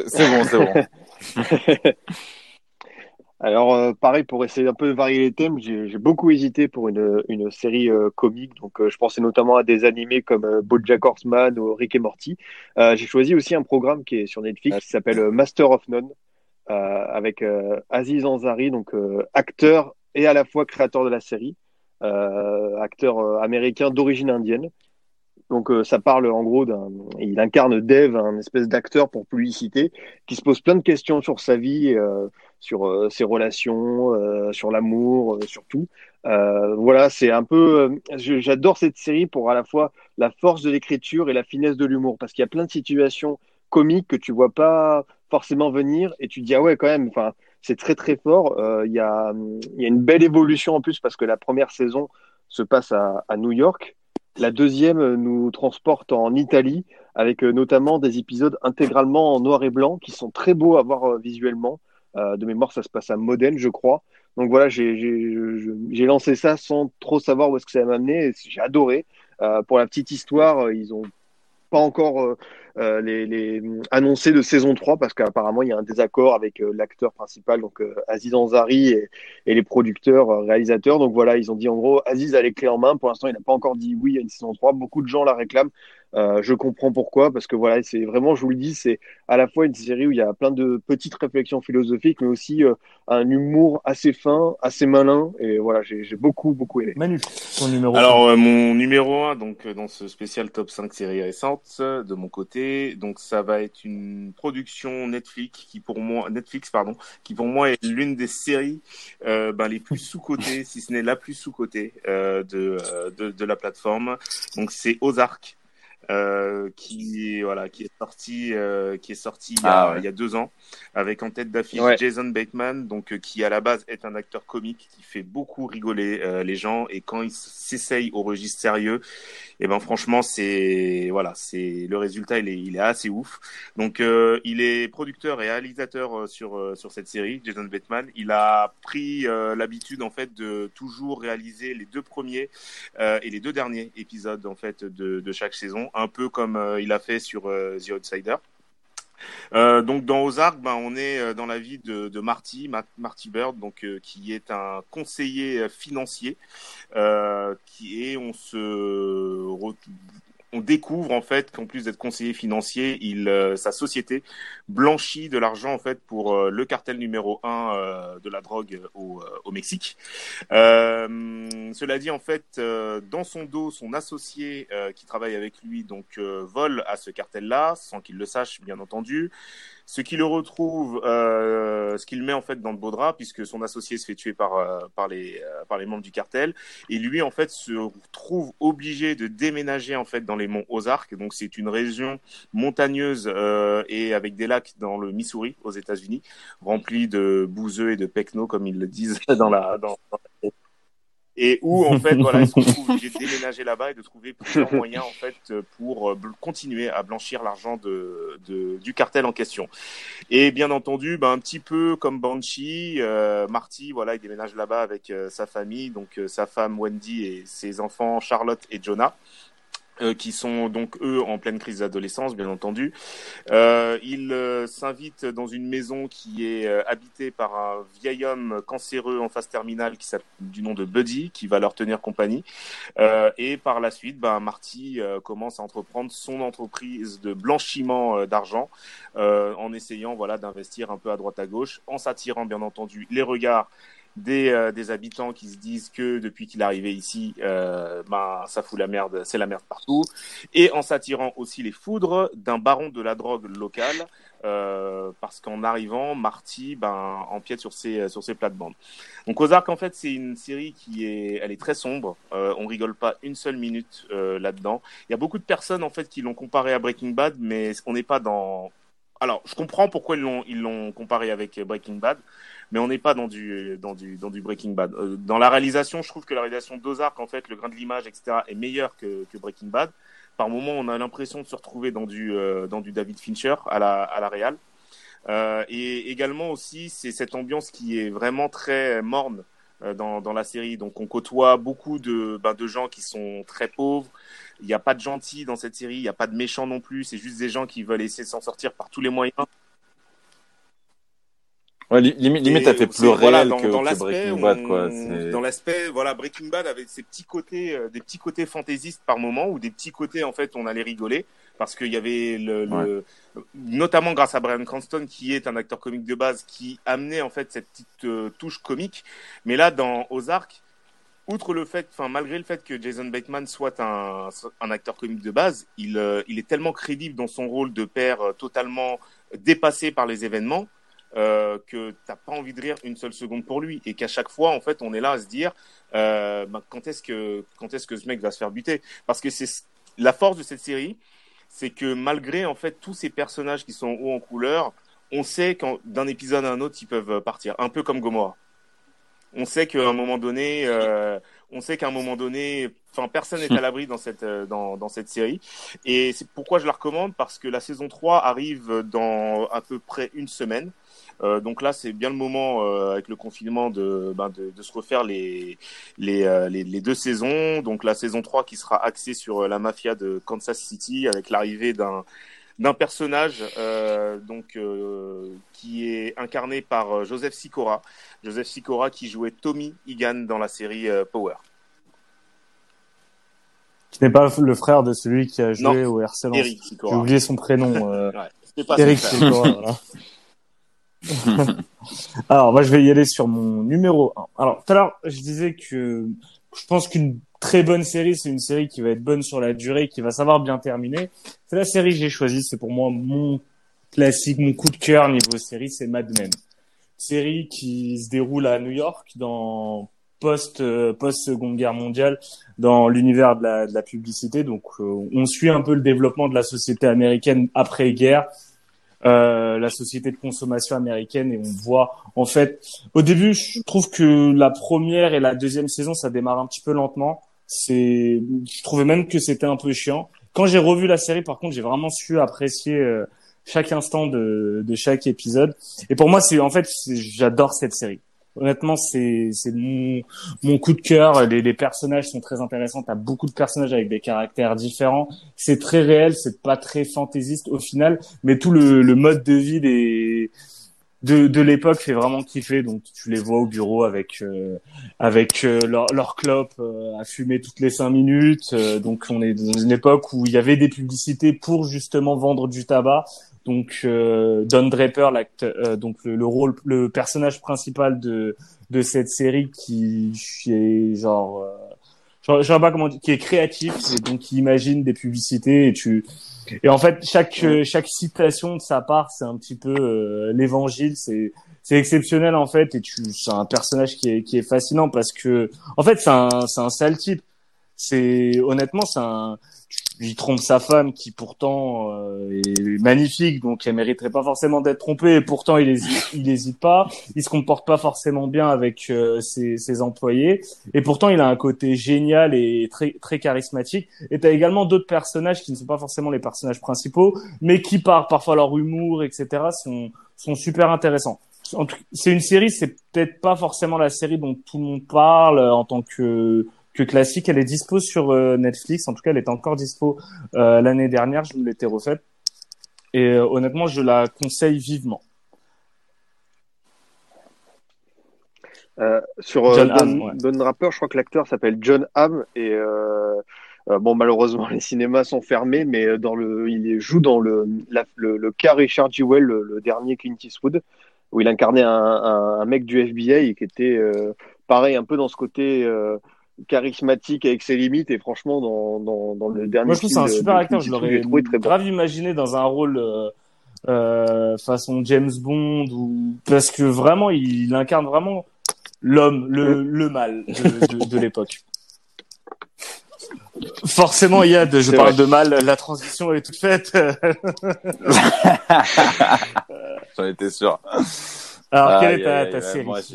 Speaker 2: Alors, pareil, pour essayer un peu de varier les thèmes, j'ai beaucoup hésité pour une série comique. Donc, je pensais notamment à des animés comme BoJack Horseman ou Rick et Morty. J'ai choisi aussi un programme qui est sur Netflix qui s'appelle Master of None, avec Aziz Ansari, donc acteur et à la fois créateur de la série, acteur américain d'origine indienne. Donc ça parle en gros il incarne Dev, un espèce d'acteur pour publicité, qui se pose plein de questions sur sa vie, sur ses relations, sur l'amour, sur tout. Voilà, c'est un peu, j'adore cette série pour à la fois la force de l'écriture et la finesse de l'humour, parce qu'il y a plein de situations comiques que tu vois pas forcément venir, et tu te dis ah ouais quand même, enfin c'est très très fort. Il y a une belle évolution en plus parce que la première saison se passe à New York. La deuxième nous transporte en Italie avec notamment des épisodes intégralement en noir et blanc qui sont très beaux à voir visuellement. De mémoire, ça se passe à Modène, je crois. Donc voilà, j'ai lancé ça sans trop savoir où est-ce que ça va m'amener. J'ai adoré. Pour la petite histoire, ils ont pas encore les annoncés de saison 3 parce qu'apparemment il y a un désaccord avec l'acteur principal, donc Aziz Ansari et les producteurs, réalisateurs. Donc voilà, ils ont dit en gros Aziz a les clés en main. Pour l'instant, il n'a pas encore dit oui à une saison 3. Beaucoup de gens la réclament. Je comprends pourquoi, parce que voilà, c'est vraiment, je vous le dis, c'est à la fois une série où il y a plein de petites réflexions philosophiques, mais aussi un humour assez fin, assez malin. Et voilà, j'ai beaucoup, beaucoup aimé.
Speaker 1: Manu, ton numéro 1.
Speaker 4: Alors, mon numéro 1, donc, dans ce spécial top 5 séries récentes, de mon côté, donc, ça va être une production Netflix qui pour moi est l'une des séries, les plus sous-cotées, si ce n'est la plus sous-cotée, de la plateforme. Donc, c'est Ozark. Qui est sorti il y a 2 ans, avec en tête d'affiche Jason Bateman, donc qui à la base est un acteur comique qui fait beaucoup rigoler les gens, et quand il s'essaye au registre sérieux, et ben franchement c'est le résultat il est assez ouf. Donc il est producteur et réalisateur sur cette série, Jason Bateman. Il a pris l'habitude en fait de toujours réaliser les 2 premiers et les 2 derniers épisodes en fait de chaque saison, un peu comme il a fait sur The Outsider. Donc dans Ozark, on est dans la vie de Marty Bird, donc qui est un conseiller financier, on découvre en fait qu'en plus d'être conseiller financier, sa société blanchit de l'argent en fait pour le cartel numéro 1 de la drogue au Mexique. Cela dit, en fait, dans son dos, son associé qui travaille avec lui vole à ce cartel-là, sans qu'il le sache, bien entendu. Ce qui le retrouve, ce qu'il met en fait dans le beau drap, puisque son associé se fait tuer par les membres du cartel, et lui en fait se trouve obligé de déménager en fait dans les monts Ozark. Donc c'est une région montagneuse et avec des lacs dans le Missouri aux États-Unis, remplis de bouseux et de pecnos comme ils le disent dans et où en fait voilà, ils se retrouvent obligés de déménager là-bas et de trouver plusieurs moyens en fait pour continuer à blanchir l'argent du cartel en question. Et bien entendu, un petit peu comme Banshee, Marty, voilà, il déménage là-bas avec sa famille, donc sa femme Wendy et ses enfants Charlotte et Jonah. Qui sont donc eux en pleine crise d'adolescence, bien entendu. Ils s'invitent dans une maison qui est habitée par un vieil homme cancéreux en phase terminale qui s'appelle du nom de Buddy, qui va leur tenir compagnie. Et par la suite, Marty commence à entreprendre son entreprise de blanchiment d'argent en essayant d'investir un peu à droite à gauche, en s'attirant bien entendu les regards des habitants qui se disent que depuis qu'il est arrivé ici, ça fout la merde, c'est la merde partout, et en s'attirant aussi les foudres d'un baron de la drogue local, parce qu'en arrivant, Marty empiète sur ses plates-bandes. Donc Ozark, en fait, c'est une série elle est très sombre. On rigole pas une seule minute là-dedans. Il y a beaucoup de personnes en fait qui l'ont comparé à Breaking Bad, mais on n'est pas dans. Alors, je comprends pourquoi ils l'ont comparé avec Breaking Bad, mais on n'est pas dans du Breaking Bad. Dans la réalisation, je trouve que la réalisation d'Ozark, en fait, le grain de l'image, etc., est meilleur que Breaking Bad. Par moments, on a l'impression de se retrouver dans du David Fincher à la réal. Et également aussi, c'est cette ambiance qui est vraiment très morne dans la série. Donc, on côtoie beaucoup de gens qui sont très pauvres. Il n'y a pas de gentils dans cette série, il n'y a pas de méchants non plus. C'est juste des gens qui veulent essayer de s'en sortir par tous les moyens.
Speaker 3: Ouais, limite, ça fait plus réel que
Speaker 4: Breaking
Speaker 3: Bad, quoi.
Speaker 4: Dans l'aspect, Breaking Bad avait ces petits côtés, des petits côtés fantaisistes par moment, ou des petits côtés, en fait, on allait rigoler, parce qu'il y avait notamment grâce à Bryan Cranston, qui est un acteur comique de base, qui amenait, en fait, cette petite touche comique. Mais là, dans Ozark, malgré le fait que Jason Bateman soit un acteur comique de base, il est tellement crédible dans son rôle de père totalement dépassé par les événements, que t'as pas envie de rire une seule seconde pour lui, et qu'à chaque fois en fait on est là à se dire quand est-ce que ce mec va se faire buter, parce que c'est la force de cette série, c'est que malgré en fait tous ces personnages qui sont hauts en couleur, on sait d'un épisode à un autre ils peuvent partir, un peu comme Gomorrah. On sait qu'à un moment donné, personne n'est à l'abri dans cette série. Et c'est pourquoi je la recommande, parce que la saison 3 arrive dans à peu près une semaine. Donc là, c'est bien le moment, avec le confinement, de se refaire les deux saisons. Donc la saison 3 qui sera axée sur la mafia de Kansas City, avec l'arrivée d'un personnage qui est incarné par Joseph Sikora. Joseph Sikora qui jouait Tommy Egan dans la série Power.
Speaker 1: Qui n'est pas le frère de celui qui a joué au RC Lens.
Speaker 4: Eric Sikora.
Speaker 1: J'ai oublié son prénom.
Speaker 4: C'est pas
Speaker 1: Eric Sikora, voilà. Alors, moi, je vais y aller sur mon numéro 1. Alors, tout à l'heure, je disais que je pense qu'une très bonne série, c'est une série qui va être bonne sur la durée, qui va savoir bien terminer. C'est la série que j'ai choisie. C'est pour moi mon classique, mon coup de cœur niveau série, c'est Mad Men. Série qui se déroule à New York dans post-Seconde Guerre mondiale, dans l'univers de la publicité. Donc, on suit un peu le développement de la société américaine après-guerre, la société de consommation américaine, et on voit, en fait, au début, je trouve que la première et la deuxième saison, ça démarre un petit peu lentement. Je trouvais même que c'était un peu chiant. Quand j'ai revu la série, par contre, j'ai vraiment su apprécier chaque instant de chaque épisode. Et pour moi, j'adore cette série. Honnêtement, c'est mon coup de cœur. Les personnages sont très intéressants. T'as beaucoup de personnages avec des caractères différents. C'est très réel, c'est pas très fantaisiste au final, mais tout le mode de vie de l'époque fait vraiment kiffer. Donc tu les vois au bureau avec leur clope à fumer toutes les 5 minutes. Donc on est dans une époque où il y avait des publicités pour justement vendre du tabac. Donc Don Draper, donc le personnage principal de cette série, qui est je sais pas comment dire, qui est créatif, et donc qui imagine des publicités, et en fait chaque citation de sa part, c'est un petit peu l'évangile. C'est exceptionnel en fait, et c'est un personnage qui est fascinant, parce que en fait c'est un sale type. Honnêtement, il trompe sa femme qui pourtant est magnifique, donc elle mériterait pas forcément d'être trompée, et pourtant il hésite pas, il se comporte pas forcément bien avec ses employés, et pourtant il a un côté génial et très très charismatique. Et t'as également d'autres personnages qui ne sont pas forcément les personnages principaux, mais qui par parfois leur humour, etc. sont super intéressants. C'est une série, c'est peut-être pas forcément la série dont tout le monde parle en tant que classique. Elle est dispo sur Netflix. En tout cas, elle était encore dispo l'année dernière. Je me l'étais refaite. Et honnêtement, je la conseille vivement.
Speaker 2: Sur
Speaker 1: John Hamm, ouais.
Speaker 2: Don Draper, je crois que l'acteur s'appelle John Hamm. Et bon, malheureusement, les cinémas sont fermés, mais il joue dans le cas Richard Jewell, le dernier Clint Eastwood, où il incarnait un mec du FBI et qui était pareil, un peu dans ce côté charismatique avec ses limites. Et franchement, dans le dernier
Speaker 1: Moi, je trouve que c'est un
Speaker 2: film
Speaker 1: super
Speaker 2: de
Speaker 1: acteur.
Speaker 2: Clint
Speaker 1: Je
Speaker 2: Eastwood,
Speaker 1: l'aurais
Speaker 2: j'ai trouvé très bon.
Speaker 1: grave imaginé dans un rôle façon James Bond, ou parce que vraiment, il incarne vraiment l'homme, le mal de l'époque. Forcément, Yad, je parle de mal, la transition est toute faite.
Speaker 3: J'en étais sûr.
Speaker 1: Alors, quelle est ta série?
Speaker 3: Moi,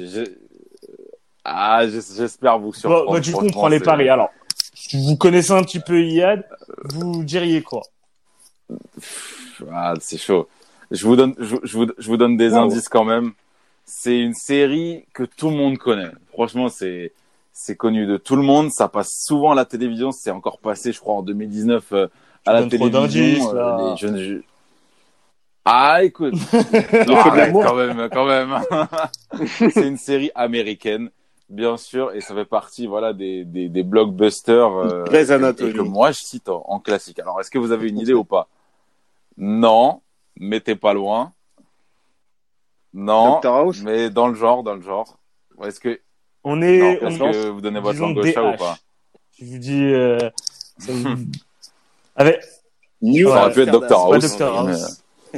Speaker 3: j'espère vous surprendre.
Speaker 1: Bon, du coup, on prend les paris. Alors, si vous connaissez un petit peu Yad, vous diriez quoi?
Speaker 3: C'est chaud. Je vous donne des indices quand même. C'est une série que tout le monde connaît. Franchement, c'est connu de tout le monde. Ça passe souvent à la télévision. C'est encore passé, je crois, en 2019 à la télévision.
Speaker 1: Trop d'indices, là.
Speaker 3: Les jeunes... écoute. Quand même. C'est une série américaine, bien sûr, et ça fait partie, voilà, des blockbusters
Speaker 4: Grey's Anatomy.
Speaker 3: que moi je cite en classique. Alors, est-ce que vous avez une idée ou pas? Non, mais t'es pas loin. Non,
Speaker 2: Dr House,
Speaker 3: mais dans le genre. Est-ce que que vous donnez votre langue au chat ou pas?
Speaker 1: Je vous dis avec
Speaker 3: Ça aurait pu être Dr House.
Speaker 1: Dr House.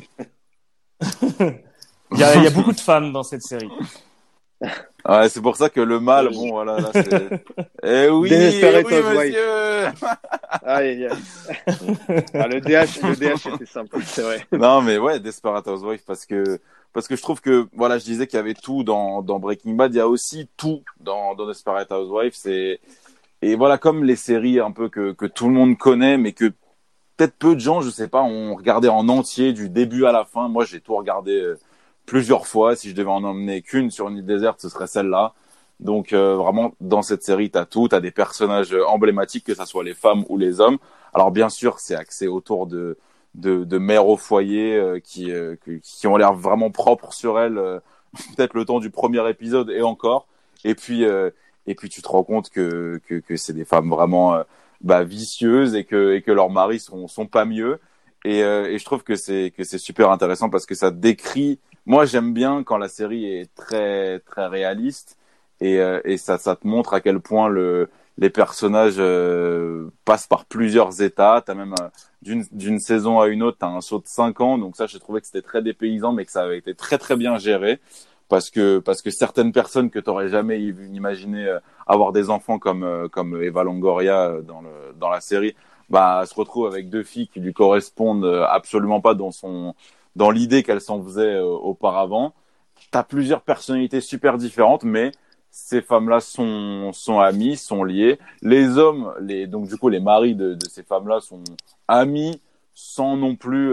Speaker 1: Il y a beaucoup de femmes dans cette série.
Speaker 3: Ouais, c'est pour ça que le mal, bon, voilà, là, c'est... oui, monsieur!
Speaker 2: Aïe. Le DH était simple, c'est vrai.
Speaker 3: Non, mais ouais, Desperate Housewives, parce que je trouve que, voilà, je disais qu'il y avait tout dans Breaking Bad, il y a aussi tout dans Desperate Housewives, et voilà, comme les séries un peu que tout le monde connaît, mais que peut-être peu de gens, je sais pas, ont regardé en entier du début à la fin. Moi, j'ai tout regardé plusieurs fois. Si je devais en emmener qu'une sur une île déserte, ce serait celle-là. Donc, vraiment, dans cette série, t'as tout. T'as des personnages emblématiques, que ça soit les femmes ou les hommes. Alors, bien sûr, c'est axé autour de mères au foyer qui ont l'air vraiment propres sur elles, peut-être le temps du premier épisode et encore. Et puis tu te rends compte que c'est des femmes vraiment vicieuses et que leurs maris sont pas mieux. Et je trouve que c'est super intéressant parce que ça décrit. Moi, j'aime bien quand la série est très très réaliste et ça te montre à quel point les personnages passent par plusieurs états. T'as même d'une saison à une autre, t'as un saut de 5 ans. Donc ça, j'ai trouvé que c'était très dépaysant, mais que ça avait été très très bien géré. Parce que certaines personnes que t'aurais jamais imaginé avoir des enfants comme Eva Longoria dans la série, se retrouvent avec deux filles qui lui correspondent absolument pas dans l'idée qu'elle s'en faisait auparavant. T'as plusieurs personnalités super différentes, mais ces femmes-là sont amies, sont liées. Les hommes, donc du coup les maris de ces femmes-là sont amis, sans non plus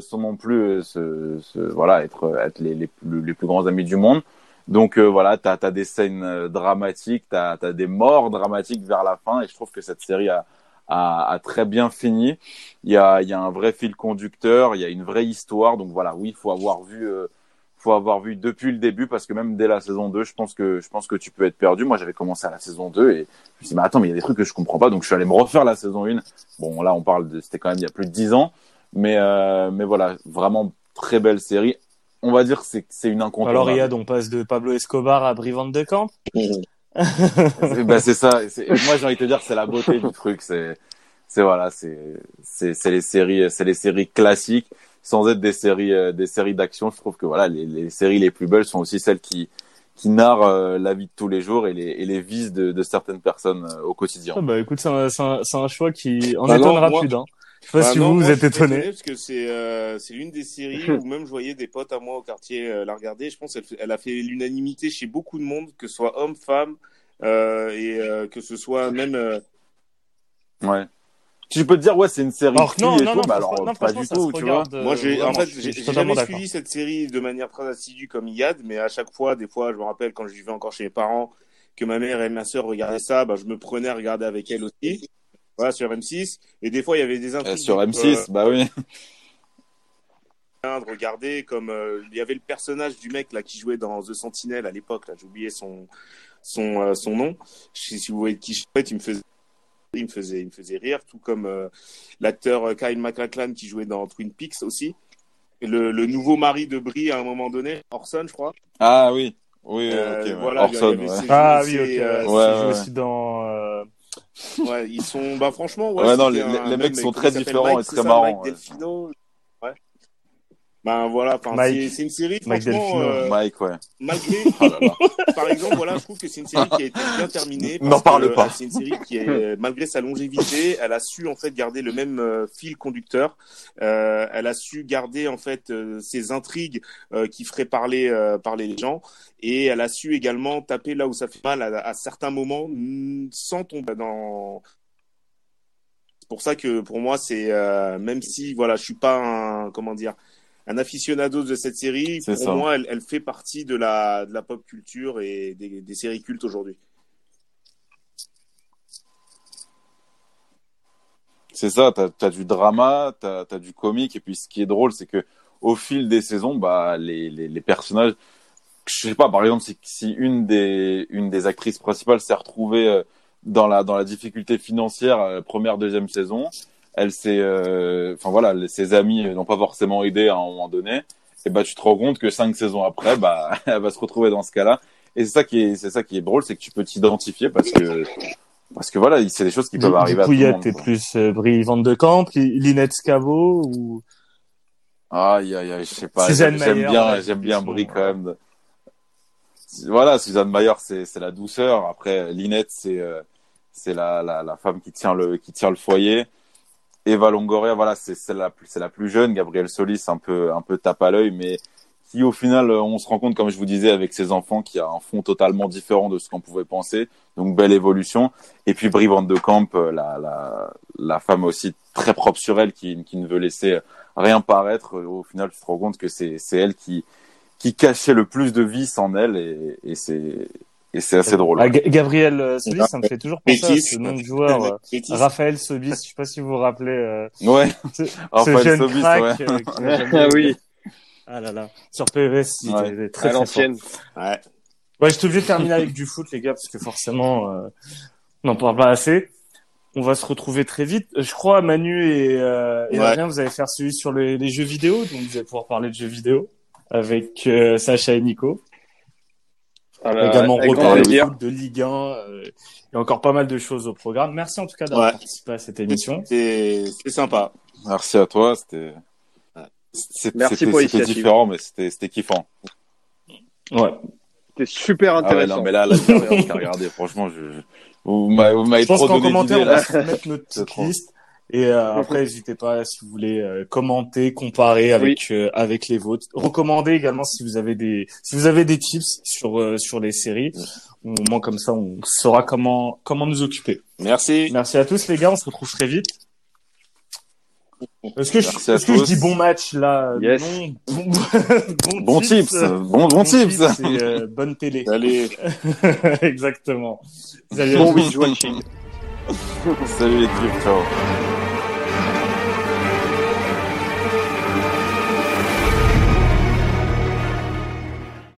Speaker 3: voilà être les plus grands amis du monde. Donc voilà, t'as des scènes dramatiques, t'as des morts dramatiques vers la fin, et je trouve que cette série a très bien fini. Il y a un vrai fil conducteur, il y a une vraie histoire. Donc voilà, oui, faut avoir vu depuis le début, parce que même dès la saison 2, je pense que tu peux être perdu. Moi, j'avais commencé à la saison 2 et je me suis dit, mais attends, mais il y a des trucs que je comprends pas. Donc, je suis allé me refaire la saison 1. Bon, là, c'était quand même il y a plus de 10 ans. Mais voilà, vraiment très belle série. On va dire que c'est une incontournable.
Speaker 1: Alors, Riyad, on passe de Pablo Escobar à Brie Van de Camp.
Speaker 3: C'est ça. Moi, j'ai envie de te dire, c'est la beauté du truc. C'est les séries classiques, sans être des séries d'action. Je trouve que voilà, les séries les plus belles sont aussi celles qui narrent la vie de tous les jours et les vices de certaines personnes au quotidien.
Speaker 1: Écoute, c'est un choix qui en étonnera plus d'un. Je sais pas si
Speaker 4: non,
Speaker 1: vous
Speaker 4: moi,
Speaker 1: êtes
Speaker 4: je suis
Speaker 1: étonné.
Speaker 4: parce que c'est une des séries où même je voyais des potes à moi au quartier la regarder. Je pense elle a fait l'unanimité chez beaucoup de monde, que ce soit homme, femme, que ce soit même.
Speaker 3: Ouais. Tu peux te dire, ouais, c'est une série
Speaker 1: Alors,
Speaker 3: de filles et tout, mais
Speaker 1: franchement,
Speaker 3: alors,
Speaker 1: non,
Speaker 3: pas
Speaker 1: franchement,
Speaker 3: du
Speaker 1: ça se
Speaker 3: tout, tu vois.
Speaker 1: regarde.
Speaker 4: Moi, en
Speaker 1: Vraiment,
Speaker 4: fait,
Speaker 1: je
Speaker 4: j'ai
Speaker 1: suis
Speaker 4: j'ai
Speaker 1: totalement
Speaker 4: jamais
Speaker 1: d'accord.
Speaker 4: suivi cette série de manière très assidue comme Iyad, mais à chaque fois, des fois, je me rappelle quand je vivais encore chez mes parents, que ma mère et ma sœur regardaient ça, bah, je me prenais à regarder avec elles aussi. Voilà, sur M6. Et des fois, il y avait des intrigues
Speaker 3: Sur M6, bah oui.
Speaker 4: de regarder, comme il y avait le personnage du mec là qui jouait dans The Sentinel à l'époque, là, j'ai oublié son nom. Je sais si vous voyez qui je suis, il me faisait rire, tout comme l'acteur Kyle MacLachlan qui jouait dans Twin Peaks aussi. Et le nouveau mari de Brie à un moment donné, Orson, je crois.
Speaker 3: Ah oui. Oui, ok, ouais.
Speaker 4: Voilà, il y
Speaker 3: Orson,
Speaker 4: avait
Speaker 3: ouais.
Speaker 1: Ah oui, ok.
Speaker 4: ces,
Speaker 1: Ouais.
Speaker 3: Ouais,
Speaker 1: Il joue
Speaker 3: ouais.
Speaker 1: aussi dans.
Speaker 4: ouais, ils sont, bah franchement, ouais,
Speaker 3: Ouais, non,
Speaker 4: c'était
Speaker 3: les mecs
Speaker 4: même,
Speaker 3: sont
Speaker 4: comment
Speaker 3: très
Speaker 4: il s'appelle,
Speaker 3: différents
Speaker 4: Mike,
Speaker 3: et
Speaker 4: c'est
Speaker 3: très
Speaker 4: ça, Mike
Speaker 3: marrants. Ouais.
Speaker 4: Delfino. Ouais. Ben voilà, enfin,
Speaker 1: Mike.
Speaker 4: c'est une série,
Speaker 1: Mike
Speaker 4: franchement,
Speaker 1: Delfino.
Speaker 3: Mike, ouais.
Speaker 4: malgré,
Speaker 3: Oh là là.
Speaker 4: par exemple, voilà, je trouve que c'est une série qui a été bien terminée
Speaker 3: N'en
Speaker 4: parce
Speaker 3: parle
Speaker 4: que
Speaker 3: pas.
Speaker 4: c'est une série qui est, malgré sa longévité, elle a su en fait garder le même fil conducteur. Elle a su garder en fait ses intrigues qui feraient parler les gens, et elle a su également taper là où ça fait mal à certains moments sans tomber dans. C'est pour ça que pour moi c'est même si voilà, je suis pas un comment dire un aficionado de cette série.
Speaker 3: C'est
Speaker 4: Pour
Speaker 3: ça.
Speaker 4: moi, elle fait partie de la pop culture et des séries cultes aujourd'hui.
Speaker 3: C'est ça, t'as du drama, t'as du comique, et puis ce qui est drôle, c'est que au fil des saisons, bah les personnages, je sais pas, par exemple, si une des actrices principales s'est retrouvée dans la difficulté financière première, deuxième saison, elle s'est, enfin voilà, ses amis n'ont pas forcément aidé à un moment donné, et bah tu te rends compte que 5 saisons après, bah elle va se retrouver dans ce cas-là, et c'est ça qui est drôle, c'est que tu peux t'identifier parce que voilà, c'est des choses qui peuvent
Speaker 1: Du
Speaker 3: arriver à
Speaker 1: coup,
Speaker 3: tout le
Speaker 1: Yad,
Speaker 3: monde,
Speaker 1: t'es
Speaker 3: quoi.
Speaker 1: plus Brie Van de Camp, Linette Scavo ou
Speaker 3: Aïe, aïe, aïe, je sais pas,
Speaker 1: Suzanne Mayer. Voilà,
Speaker 3: j'aime bien Brie quand même. Voilà, Suzanne Mayer, c'est la douceur. Après, Linette, c'est la femme qui tient le foyer. Eva Longoria, voilà, c'est la plus jeune. Gabrielle Solis, un peu tape à l'œil, mais qui, au final, on se rend compte, comme je vous disais, avec ses enfants, qui a un fond totalement différent de ce qu'on pouvait penser. Donc, belle évolution. Et puis, Brie Van de Camp, la femme aussi très propre sur elle, qui ne veut laisser rien paraître. Au final, tu te rends compte que c'est elle qui cachait le plus de vices en elle, et c'est assez drôle.
Speaker 1: Ah,
Speaker 3: Ouais.
Speaker 1: Gabriel Solis, ça me fait toujours penser à ce nom de joueur,
Speaker 4: Métis.
Speaker 1: Raphaël Sobis. Je sais pas si vous vous rappelez
Speaker 3: Ouais,
Speaker 1: ce
Speaker 3: Raphaël
Speaker 1: jeune
Speaker 3: Sobis,
Speaker 1: crack
Speaker 3: ouais.
Speaker 1: qui n'a jamais-
Speaker 2: Oui,
Speaker 1: Ah là là, sur PES, il
Speaker 3: Ouais.
Speaker 1: était très
Speaker 2: à
Speaker 1: très fort.
Speaker 2: l'ancienne.
Speaker 4: Ouais.
Speaker 1: Ouais, je suis obligé de terminer avec du foot, les gars, parce que forcément, on n'en parle pas assez. On va se retrouver très vite. Je crois, Manu et
Speaker 4: Ouais.
Speaker 1: Adrien, vous allez faire celui sur les jeux vidéo, donc vous allez pouvoir parler de jeux vidéo avec Sacha et Nico.
Speaker 2: Ah
Speaker 1: On
Speaker 2: bah,
Speaker 1: va également
Speaker 2: avec grand
Speaker 1: reparler de
Speaker 2: plaisir.
Speaker 1: foot, de Ligue 1. Il y a encore pas mal de choses au programme. Merci en tout cas d'avoir
Speaker 4: Ouais.
Speaker 1: participé à cette émission.
Speaker 4: C'est sympa.
Speaker 3: Merci à toi,
Speaker 2: Merci pour
Speaker 3: c'était
Speaker 2: l'initiative.
Speaker 3: différent, mais c'était kiffant.
Speaker 1: Ouais.
Speaker 2: C'était super
Speaker 3: Ah ouais,
Speaker 2: intéressant.
Speaker 3: non, mais là, regardez, franchement, vous m'avez
Speaker 1: Je pense
Speaker 3: trop
Speaker 1: qu'en
Speaker 3: donné
Speaker 1: commentaire,
Speaker 3: d'idées,
Speaker 1: on va
Speaker 3: là.
Speaker 1: se mettre notre
Speaker 3: C'est
Speaker 1: petite
Speaker 3: trop.
Speaker 1: liste. Et après, n'hésitez pas si vous voulez commenter, comparer avec les vôtres. Recommandez également si vous avez des tips sur les séries. Au moins comme ça, on saura comment nous occuper.
Speaker 4: Merci.
Speaker 1: Merci à tous les gars, on se retrouve très vite.
Speaker 3: Merci à
Speaker 1: Est-ce que je
Speaker 3: tous.
Speaker 1: dis bon match là?
Speaker 2: Yes.
Speaker 1: Non.
Speaker 3: Bon tips, bon tips.
Speaker 1: et bonne télé.
Speaker 4: Allez.
Speaker 1: Exactement. Salut à
Speaker 2: Bon
Speaker 1: tous.
Speaker 2: binge watching.
Speaker 3: Salut l'équipe, ciao.